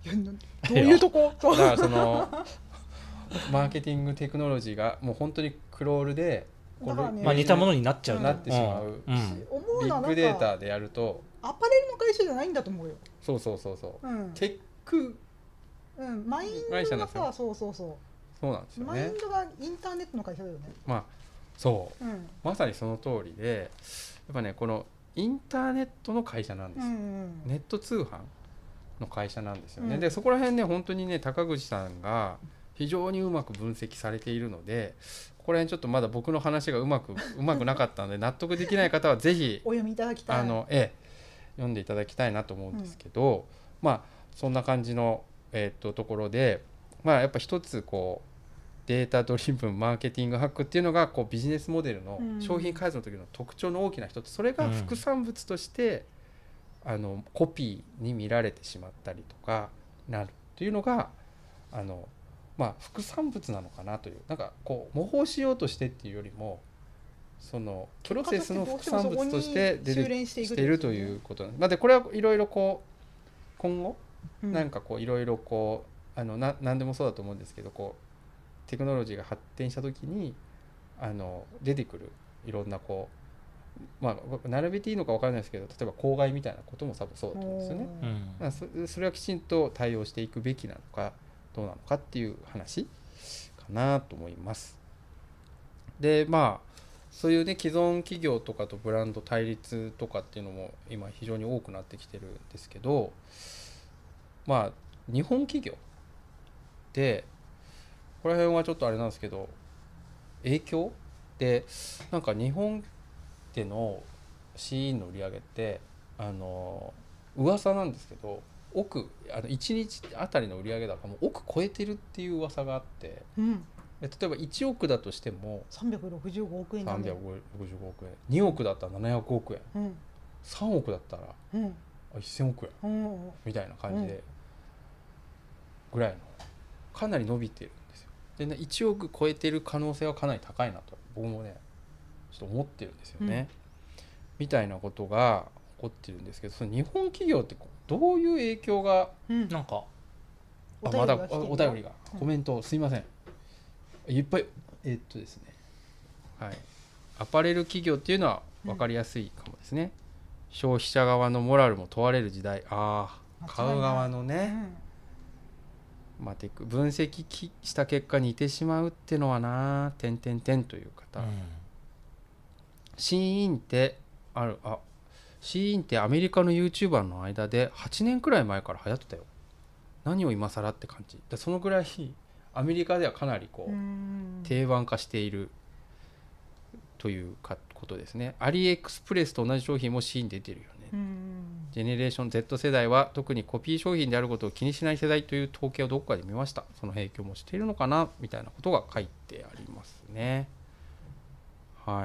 いやどういうとこだからそのマーケティングテクノロジーがもう本当にクロールでだからねまあ、似たものになっちゃう、 なってしまう、 うんうん思うのはビッグデータでやるとアパレルの会社じゃないんだと思うよ、 そうそうそうそう、 うんテックうん、マイン会社なんですよドがさそうそうそそうなんですようマイねンドがインターネットの会社だよね、 まあそううんまさにその通りでやっぱねこのインターネットの会社なんですよ、 うんうん、 ネット通販の会社なんですよね、 うんでそこら辺ね本当にね高口さんが非常にうまく分析されているのでここら辺ちょっとまだ僕の話がうまくうまくなかったので納得できない方はぜひお読みいただきたいあの、ええ、読んでいただきたいなと思うんですけど、うん、まあそんな感じの、えー、っとところでまあやっぱ一つこうデータドリブンマーケティングハックっていうのがこうビジネスモデルの商品開発の時の特徴の大きな一つ、それが副産物としてあのコピーに見られてしまったりとかなるっていうのがあの、まあ、副産物なのかなというなんかこう模倣しようとしてっていうよりもそのプロセスの副産物として出てしているということなんです。まあ、でこれはいろいろこう今後なんかこういろいろこうあのな何でもそうだと思うんですけどこうテクノロジーが発展した時にあの出てくるいろんなこうまあ並べていいのか分からないですけど例えば公害みたいなことも多分そうだと思うんですよね。うん、そ, それはきちんと対応していくべきなのかどうなのかっていう話かなと思います。でまあそういうね既存企業とかとブランド対立とかっていうのも今非常に多くなってきてるんですけどまあ日本企業でこの辺はちょっとあれなんですけど影響でなんか日本での シーイー の売り上げってあの噂なんですけど億あのいちにちあたりの売上高も億超えてるっていう噂があって、 うん、 例えばいちおくだとしてもさんびゃくろくじゅうごおくえんだね、 さんびゃくろくじゅうごおくえんにおくだったらななひゃくおくえん、うん、さんおくだったら、うん、せんおくえん、うん、みたいな感じで、うん、ぐらいのかなり伸びてるんですよ。で、ね、いちおく超えてる可能性はかなり高いなと僕もねちょっと思ってるんですよね、うん、みたいなことが起こってるんですけどその日本企業ってどういう影響が、 うん、なんかあまだお便りがコメント、うん、すいませんいっぱいえー、っとですねはいアパレル企業っていうのは分かりやすいかもですね、うん、消費者側のモラルも問われる時代ああ買う側のね、うんまあ、分析した結果似てしまうっていうのはな点々点という方、うん、シーインってあるあシーインってアメリカの YouTuber の間ではちねんくらい前から流行ってたよ何を今更って感じでそのぐらいアメリカではかなりこう定番化しているというかことですね。アリエクスプレスと同じ商品もシーンで出てるよね。ジェネレーション Z 世代は特にコピー商品であることを気にしない世代という統計をどこかで見ました。その影響もしているのかなみたいなことが書いてありますね。はい。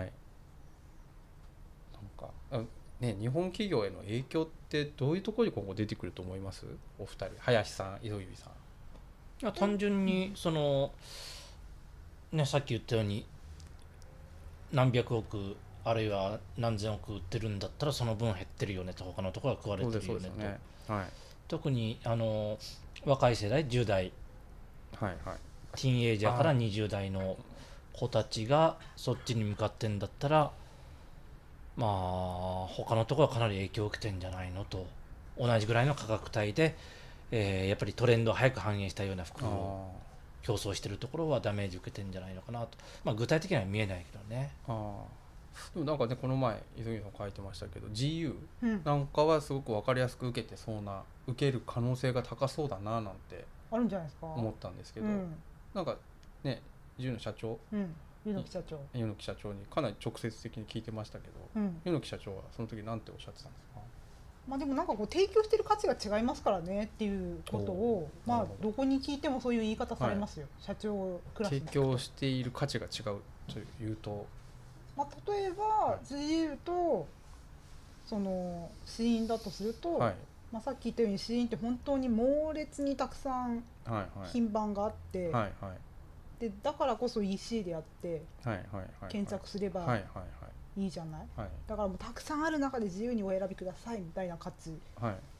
なんかね、日本企業への影響ってどういうところに今後出てくると思います？お二人、林さん、磯指さん。 いや単純にその、ね、さっき言ったように何百億あるいは何千億売ってるんだったらその分減ってるよねと他のところが食われてるよねと、はい、特にあの若い世代じゅう代、はいはい、ティーンエイジャーからにじゅう代の子たちがそっちに向かってんだったらまあ他のところはかなり影響を受けてんじゃないのと同じぐらいの価格帯で、えー、やっぱりトレンドを早く反映したような服を競争してるところはダメージ受けてんじゃないのかなと、まあ、具体的には見えないけどね。 あでもなんかねこの前磯木さん書いてましたけど ジーユー なんかはすごく分かりやすく受けてそうな受ける可能性が高そうだななんてあるんじゃないですか思ったんですけど、うん、なんかね ジーユー の社長、 うん柚木社長柚木社長にかなり直接的に聞いてましたけど、うん、柚木社長はその時何ておっしゃってたんですか？ まあでもなんかこう提供してる価値が違いますからねっていうことをまあどこに聞いてもそういう言い方されますよ、はい、社長クラスの提供している価値が違うというと、 まあ、例えば ジーユー とそのシーインだとすると、はいまあ、さっき言ったようにシーインって本当に猛烈にたくさん品番があって、はいはいはいでだからこそ イーシー でやって、はいはいはいはい、検索すればいいじゃない、はいはいはい、だからもうたくさんある中で自由にお選びくださいみたいな価値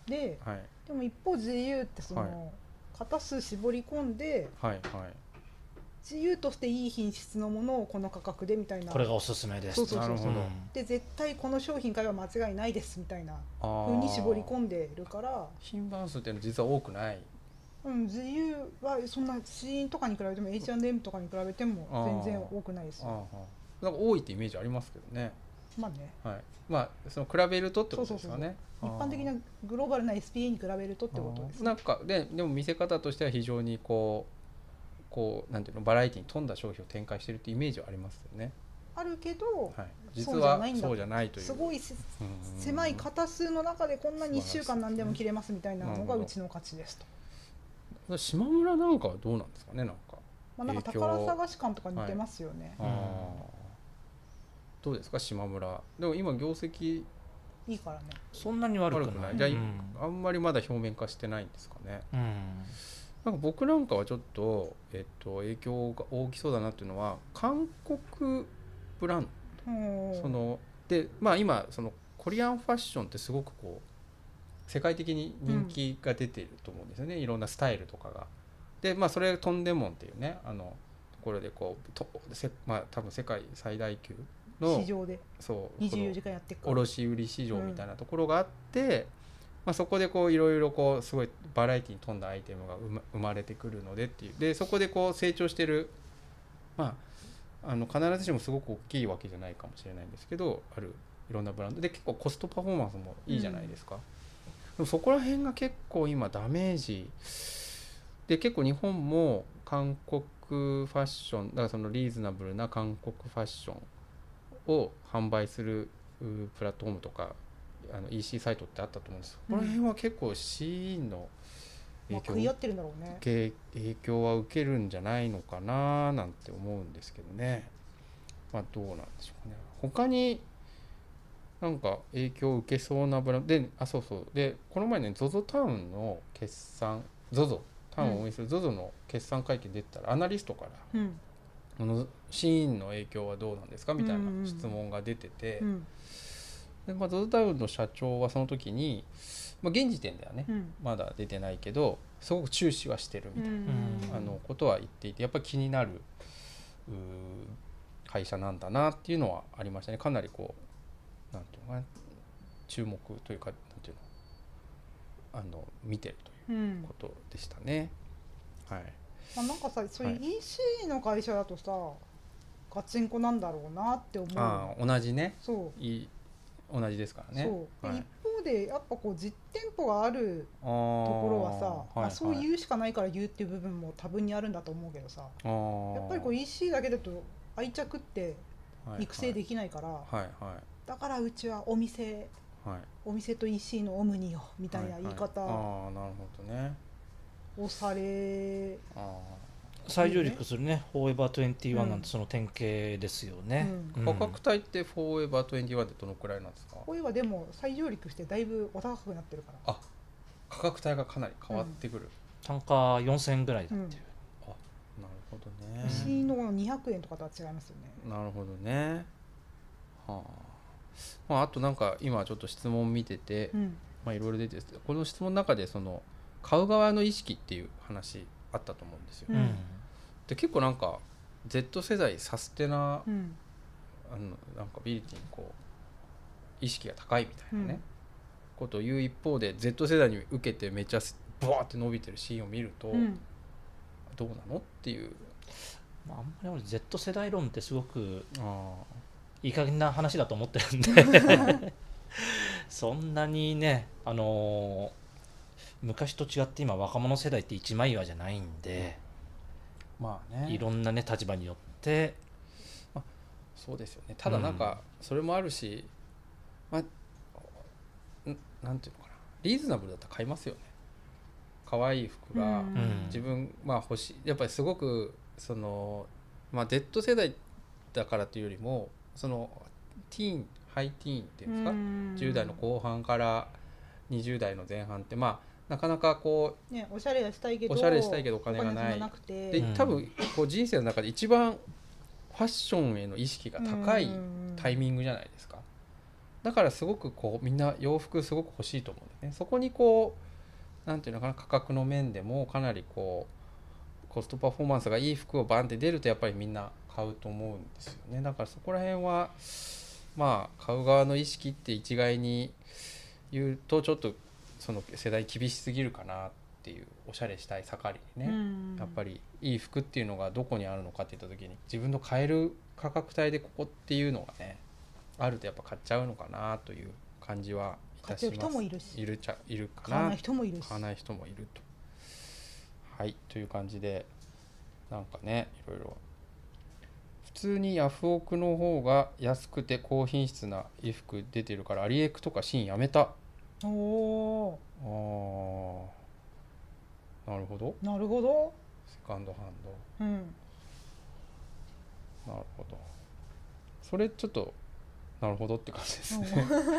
ではいでも一方 ジーユー ってその、 はい型数絞り込んではいはいジーユー としていい品質のものをこの価格でみたいなこれがおすすめです。 そうそうそうそうなるほどで絶対この商品買えば間違いないですみたいなあ風に絞りん込んでるから品番数っていうのは実は多くないうん、ジーユー はそんなシーインとかに比べても エイチアンドエム とかに比べても全然多くないですあよ。 あなんか多いってイメージありますけどねまあね、 はいまあその比べるとってことですよね一般的なグローバルな エスピーエー に比べるとってことです、 なんかででも見せ方としては非常にこうこうなんていうのバラエティに富んだ商品を展開してるってイメージはありますよね、 あるけど、 はい、実そうじゃはないんだそうじゃないというすごいせうん狭い型数の中でこんなにいっしゅうかん何でも切れますみたいなのがうちの価値ですと。 島村なんかはどうなんですかねなんか、 まあ、なんか影響宝探し感とか似てますよね、 あーどうですか島村でも今業績いいからね。 そんなに悪くない。 悪くないじゃあ、 うんあんまりまだ表面化してないんですかねうんなんか僕なんかはちょっと、えっと、影響が大きそうだなっていうのは韓国ブランうんドそのでまあ今そのコリアンファッションってすごくこう世界的に人気が出てると思うんですよね、うん、いろんなスタイルとかがでまあそれトンデモンっていうねあのところでこうとせまあ多分世界最大級の市場でそうにじゅうよじかんやってるから卸売市場みたいなところがあって、まあ、そこでこういろいろこうすごいバラエティに富んだアイテムが生ま生まれてくるのでっていうでそこでこう成長してるまああの必ずしもすごく大きいわけじゃないかもしれないんですけどあるいろんなブランドで結構コストパフォーマンスもいいじゃないですか、うん、でもそこら辺が結構今ダメージで結構日本も韓国ファッションだからそのリーズナブルな韓国ファッションを販売するプラットフォームとかあの イーシー サイトってあったと思うんです、うん、この辺は結構 シーイー の影響、まあ、食い合ってるんだろうね影響は受けるんじゃないのかななんて思うんですけどねまあどうなんでしょうかね他になんか影響を受けそうなブランドであそうそうでこの前ね ゾゾ タウンの決算 ゾゾ タウンを運営する ゾゾ の決算会見出てたらアナリストから、うんあのシーインの影響はどうなんですかみたいな質問が出てて、うんうんでまあ、ゾゾ タウンの社長はその時に、まあ、現時点ではね、うん、まだ出てないけどすごく注視はしてるみたいな、うん、あのことは言っていてやっぱり気になる会社なんだなっていうのはありましたねかなりこうなんていうのかな注目というかなんていうのあの見てるということでしたね、うん、はいまあ、なんかさそういう イーシー の会社だとさ、はい、ガチンコなんだろうなって思うあ同じねそうい同じですからねそう、はい、一方でやっぱこう実店舗があるところはさ、はいまあ、そう言うしかないから言うっていう部分も多分にあるんだと思うけどさやっぱりこう イーシー だけだと愛着って育成できないから、はいはいはい、だからうちはお店、はい、お店と イーシー のオムニよみたいな言い方をされ再上陸するねフォーエバーにじゅういちなんてその典型ですよね、 うんうん、価格帯ってフォーエバーにじゅういちでどのくらいなんですかフォーエバーでも再上陸してだいぶお高くなってるからあ価格帯がかなり変わってくる、うん、 単価よんせんえんぐらいだっていう、うん、 あなるほどね石井のにひゃくえんとかとは違いますよねなるほどねはあ、まあ、あとなんか今ちょっと質問見てて、うんまあ、いろいろ出てこの質問の中でその買う側の意識っていう話あったと思うんですよ、うん、で結構なんか Z 世代サステナ、うん、あのなんかビリティにこう意識が高いみたいなね、うん、ことを言う一方で Z 世代に受けてめっちゃブワーって伸びてるシーンを見ると、うん、どうなのっていう、 まあ、あんまり俺 Z 世代論ってすごくいい加減な話だと思ってるんでそんなにねあのー昔と違って今若者世代って一枚岩じゃないんで、まあね、いろんなね立場によって、 まあ、そうですよねただなんかそれもあるし、うんまあ、なんていうのかなリーズナブルだったら買いますよね可愛い服が自分、まあ、欲しいやっぱりすごくその、まあ、Z 世代だからというよりもそのティーンハイティーンっていうんですかじゅう代の後半からにじゅう代の前半ってまあなかなかこう、ね、おしゃれしたいけどおしゃれしたいけどお金がないで多分こう人生の中で一番ファッションへの意識が高いタイミングじゃないですかだからすごくこうみんな洋服すごく欲しいと思うんだよね。そこにこうなんていうのかな、価格の面でもかなりこうコストパフォーマンスがいい服をバンって出るとやっぱりみんな買うと思うんですよね。だからそこら辺はまあ買う側の意識って一概に言うとちょっとその世代厳しすぎるかなっていう、おしゃれしたい盛りにね、 うん、 やっぱりいい服っていうのがどこにあるのかっていった時に自分の買える価格帯でここっていうのがねあるとやっぱ買っちゃうのかなという感じはいたします。 買ってる人もいるしいるちゃいるかな、 買わない人もいるし、 買わない人もいると。はいという感じでなんかねいろいろ普通にヤフオクの方が安くて高品質な衣服出てるからアリエクとかシンやめた。 おおあーなるほど。 ー、なるほど。 セカンドハンうん、 ドなるほど。それちょっとなるほどって感じですね。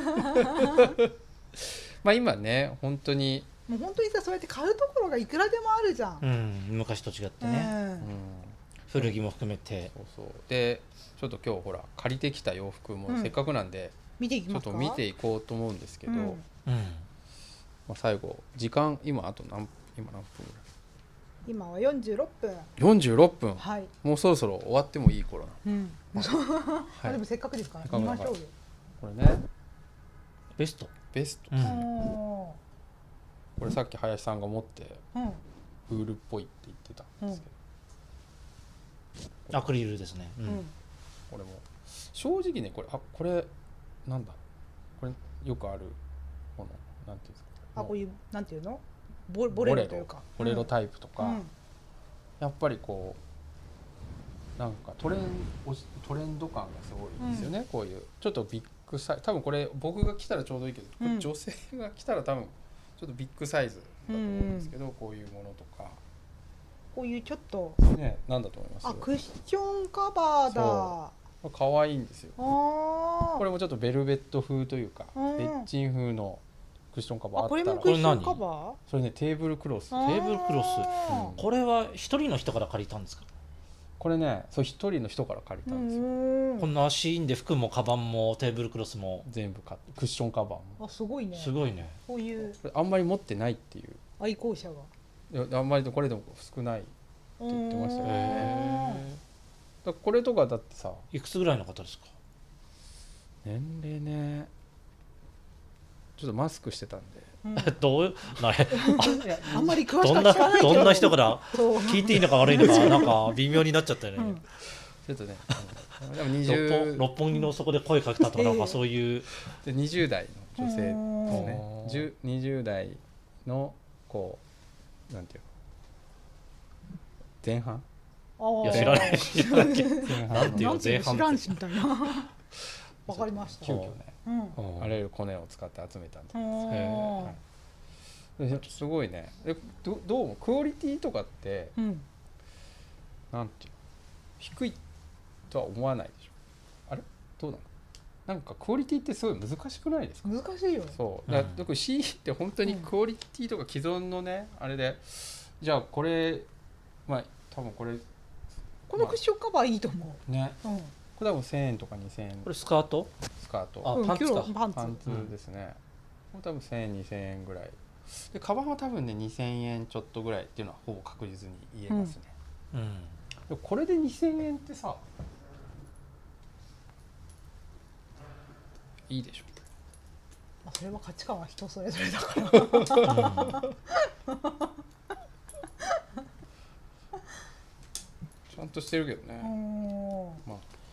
まあ今ね本当に、 もう本当にさそうやって買うところがいくらでもあるじゃん。 うん、昔と違ってね、 うん、 古着も含めて。 そうそうでちょっと今日ほら借りてきた洋服もうんせっかくなんで、 見ていきちょっますか。 と見ていこうと思うんですけど、 うんうん、 まあ、最後時間今あと何今何分ぐ今はよんじゅうろっぷん。 らいよんじゅうろっぷん、 はい。 もうそろそろ終わってもいい頃な、 うん。 はあいでもせっかくですからせっかくだから見ましょうよ。 これねベスト、 ベスト、 うん、 おこれさっき林さんが持ってーうんウールっぽいって言ってたんですけど、 アクリルですね、ううんん。 これも正直ねこれあこれなんだこれよくあるものなんていうんですか、 あこういうなんていうのボボレロというか。 ボレロタイプとか、 うんやっぱりこうなんかトレンおしトレンド感がすごいですよね、こういうちょっとビッグサイズ、多分これ僕が着たらちょうどいいけど、これうん女性が着たら多分ちょっとビッグサイズだと思うんですけど、こういうものとかこういうちょっとね、なんだと思います？ あクッションカバーだ。あこれ可愛いんですよ。 あこれもちょっとベルベット風というか、 うんレッチン風のクッションカバーああったら、 これもクッションカバー。 それねテーブルクロス。 テーブルクロス。 あうんこれは一人の人から借りたんですか？ これね、そう一人の人から借りーたんですよ。 うんこんなシーンで服もカバンもテーブルクロスも全部買ってクッションカバーも。 あすごいね。 すごいね。 こういうこれあんまり持ってないっていう。 愛好者が。 いやあんまりこれでも少ないって言ってましたようんね。だからこれとかだってさ、 いくつぐらいの方ですか？ 年齢ね、ちょっとマスクしてたんで。 うんどうなあんまり詳しくどんなは知らないけど。 どんな人からそう。 聞いていいのか悪いのかなんか微妙になっちゃったよね、 うんちょっとね、あのでも六本 20 六本木のそこで声かけたとかなんかそういう、 でにじゅう代の女性ですねうんじゅうにじゅう代のこうなんていうの前半あーいや知らない知らない前半なんていうのなんていうの前半知らんしみたいな。わかりました。 急遽ねうん。 うんあらゆるコネを使って集めたんでうんはいですごいねでどどうもクオリティとかってうん。 なんていうの低いとは思わないでしょ。あれどうなの？なんかクオリティってすごい難しくないですか？ 難しいよ。 そうだうんからよく シー って本当にクオリティとか既存のねあれでじゃあこれまあ多分これこのクッションカバーいいと思ねう。うん。 これ多分せんえんとかにせんえんこれスカートスカートあうんパンツか今日パンツ。 パンツですね、これ多分せんえんにせんえんぐらいでカバンは多分ねにせんえんちょっとぐらいっていうのはほぼ確実に言えますね、 うんでもこれでにせんえんってさいいでしょ。 まあそれは価値観は人それぞれだから。 ちゃんとしてるけどね、 うんまあ、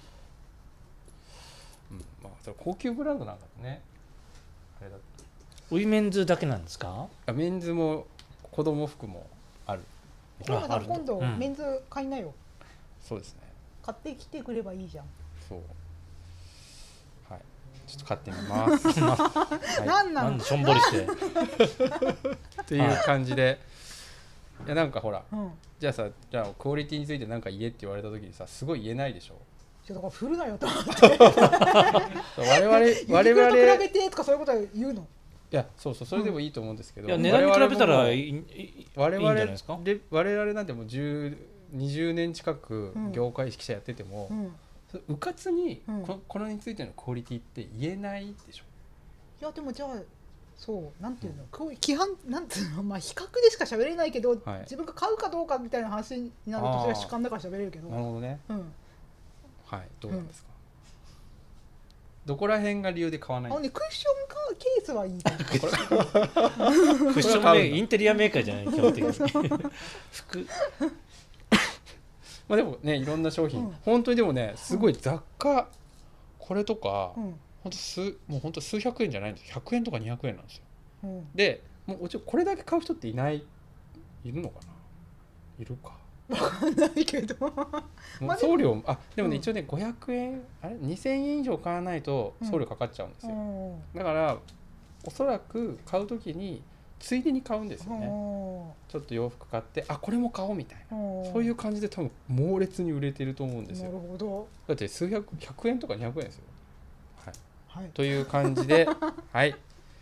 うん、まあそれ高級ブランドなんかねあれだウィメンズだけなんですか？ あメンズも子供服もある。 今度ああるんだ今度うんメンズ買いなよ。 そうですね。 買ってきてくればいいじゃん。 そうはいちょっと買ってみますはいなんなのなんで。しょんぼりしてっていう感じでいやなんかほらうん。 じゃあさじゃあクオリティについて何か言えって言われた時にさすごい言えないでしょ。 ちょっとこれ振るなよと。 我々 ユニク我々 ロと比べいてとかそういうことは言うの。 やそうそうそれでもいいと思うんですけど、 いや値段に比べたら我々もいいいい我いいんじゃない 々 ですか？ で我々なんてもうじゅう、にじゅうねん近くうん業界指揮者やってても、 うん。 うかつにうんここれについてのクオリティって言えないでしょ。 いやでもじゃあそうなんていうの、こういう規範なんていうの、まあ比較でしか喋れないけど、 はい自分が買うかどうかみたいな話になるとあーそれは主観だから喋れるけど、 なるほどね。 うん、 はい、どうなんですか、どこら辺が理由で買わないあのねクッションかケースはいいと思うクッションメーインテリアメーカーじゃない基本的に服まあでもねいろんな商品、 うん本当にでもねすごい雑貨、これとか、 うんほんと数もう本当数百円じゃないんですよ。ひゃくえんとかにひゃくえんなんですよ。 うんでもうもちろんこれだけ買う人っていないいるのかないるかないけどもまあでもう送料あでもね、 うん一応ねごひゃくえんあれにせんえん以上買わないと送料かかっちゃうんですよ、 うんだからおそらく買う時についでに買うんですよね、 うんちょっと洋服買ってあこれも買おうみたいな、 うんそういう感じで多分猛烈に売れてると思うんですなよ。 るほど、 だって数百ひゃくえんとかにひゃくえんですよ、はい、 はい、 という感じではい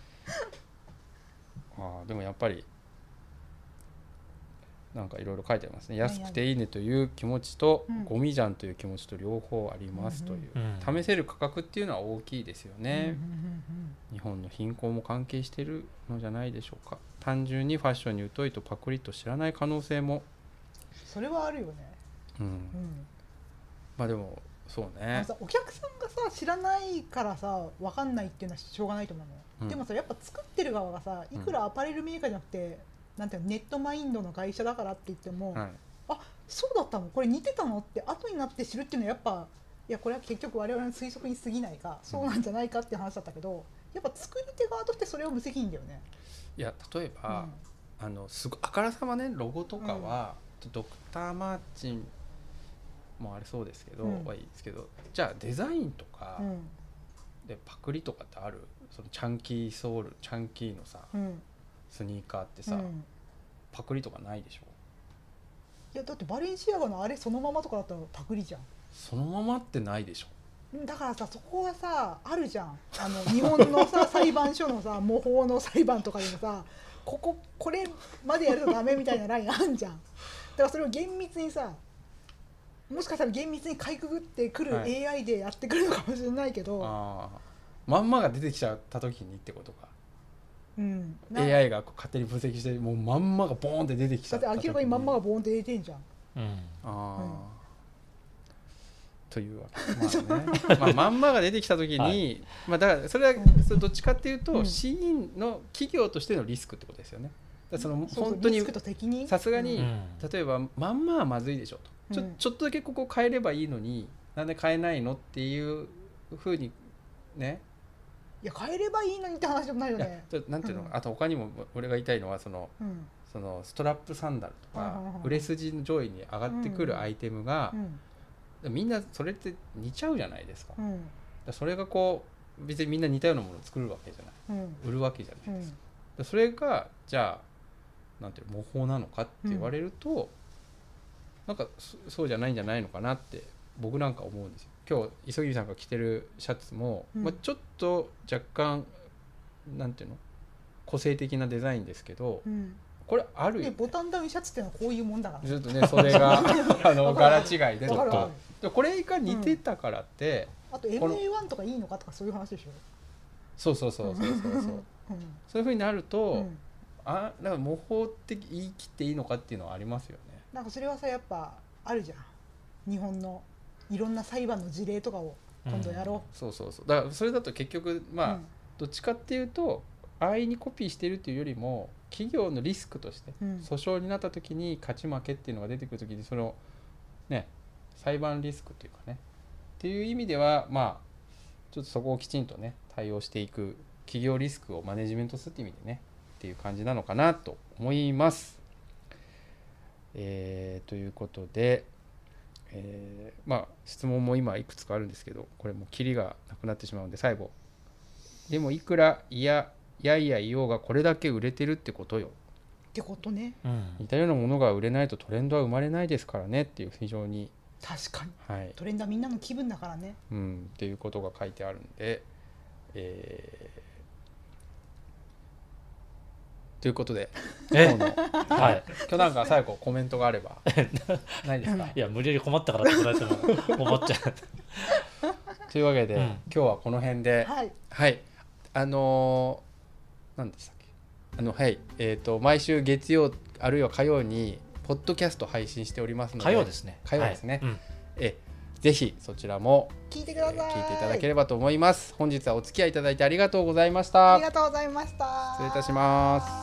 あーでもやっぱりなんかいろいろ書いてありますね。安くていいねという気持ちと、 うんゴミじゃんという気持ちと両方ありますという、 うん試せる価格っていうのは大きいですよね、 うんうんうん日本の貧困も関係しているのじゃないでしょうか。単純にファッションに疎いとパクリと知らない可能性も、 それはあるよね、 うんうんまあでもそうあのねさお客さんがさ知らないからさ分かんないっていうのはしょうがないと思うのよ、 うんでもさやっぱ作ってる側がさいくらアパレルメーカーじゃなくて、なんていうのネットマインドの会社だからって言っても、 はいあそうだったのこれ似てたのって後になって知るっていうのはやっぱいやこれは結局我々の推測に過ぎないか、そうなんじゃないかっていう話だったけどやっぱ作り手側としてそれを無責任だよね。 いや例えば、あのすごあからさまねロゴとかは、ドクターマーチンもあれそうですけど、 うんはいいですけどじゃあデザインとか、 うんでパクリとかってあるそのチャンキーソールチャンキーのさうんスニーカーってさ、 うんパクリとかないでしょ。 いやだってバレンシアガのあれそのままとかだったらパクリじゃん。 そのままってないでしょ。 だからさそこはさあるじゃんあの日本のさ裁判所のさ模倣の裁判とかでもさこここれまでやるとダメみたいなラインあんじゃん。だからそれを厳密にさもしかしたら厳密にかいくぐってくるはいエーアイ でやってくるのかもしれないけど、 ああまんまが出てきちゃった時にってことか。 うん、 エなーアイ がこう勝手に分析してもうまんまがボーンって出てきちゃった時だって明らかにまんまがボーンって出てんじゃん。 うんああ、 うんというわけまあねまあまんまが出てきた時に、 はいまあだからそれはうんそれどっちかっていうと、 うんシーンの企業としてのリスクってことですよね。だからそのそうそう本当にリスクと責任さすがに、 うん例えばまんまはまずいでしょと、ちょうんちょっとだけここ変えればいいのになんで変えないのっていうふうにねいや変えればいいのにって話でもないよいやね。 ちょなんていうの、 うんあと他にも俺が言いたいのはそのうんそのストラップサンダルとかはいはいはい売れ筋の上位に上がってくるアイテムがう、んみんなそれって似ちゃうじゃないですか。だかうんらそれがこう別にみんな似たようなものを作るわけじゃないうん売るわけじゃない、 うんだからそれがじゃあなんていうの模倣なのかって言われると、なんかそそうじゃないんじゃないのかなって僕なんか思うんですよ。今日磯木さんが着てるシャツも、 うんまあ、ちょっと若干なんていうの個性的なデザインですけど、 うんこれあるよでボタンダウンシャツってのはこういうもんだから。 ちょっとねそれがあの柄違いでとかわかるわかるでこれが似てたからって、 あと エムエーワン とかいいのかとかそういう話でしょ。 そうそうそうそうそうそううんそういうふうになると、 うんあなんか模倣って言い切っていいのかっていうのはありますよね。 なんかそれはさやっぱあるじゃん日本のいろんな裁判の事例とかを今度やろそうそうそうだからそれだと結局う。 まあ、 うんどっちかっていうと安易にコピーしてるっていうよりも企業のリスクとしてうん訴訟になった時に勝ち負けっていうのが出てくる時にそのね裁判リスクというかねっていう意味ではまあちょっとそこをきちんとね対応していく企業リスクをマネジメントするっていう意味でねっていう感じなのかなと思います。えーということで、えーまあ質問も今いくつかあるんですけどこれもうキリがなくなってしまうんで最後でもいくらいやいやいや言おうがこれだけ売れてるってことよ。 ってことね。 うん似たようなものが売れないとトレンドは生まれないですからねっていう非常に確かにはいトレンドはみんなの気分だからね。 うんっていうことが書いてあるんで、えーということでえ今日のはい今日なんか最後コメントがあればないですか。 いや無理やり困ったからって言われても思っちゃうというわけで、 うん今日はこの辺ではいはいあのー、何でしたっけあのはいえっ、と毎週月曜あるいは火曜にポッドキャスト配信しておりますので火曜ですね火曜ですね、 はいうんえぜひそちらも、えー聞いてください、 聞いていただければと思います。本日はお付き合いいただいてありがとうございましあた。 りがとうございました。 失礼いたします。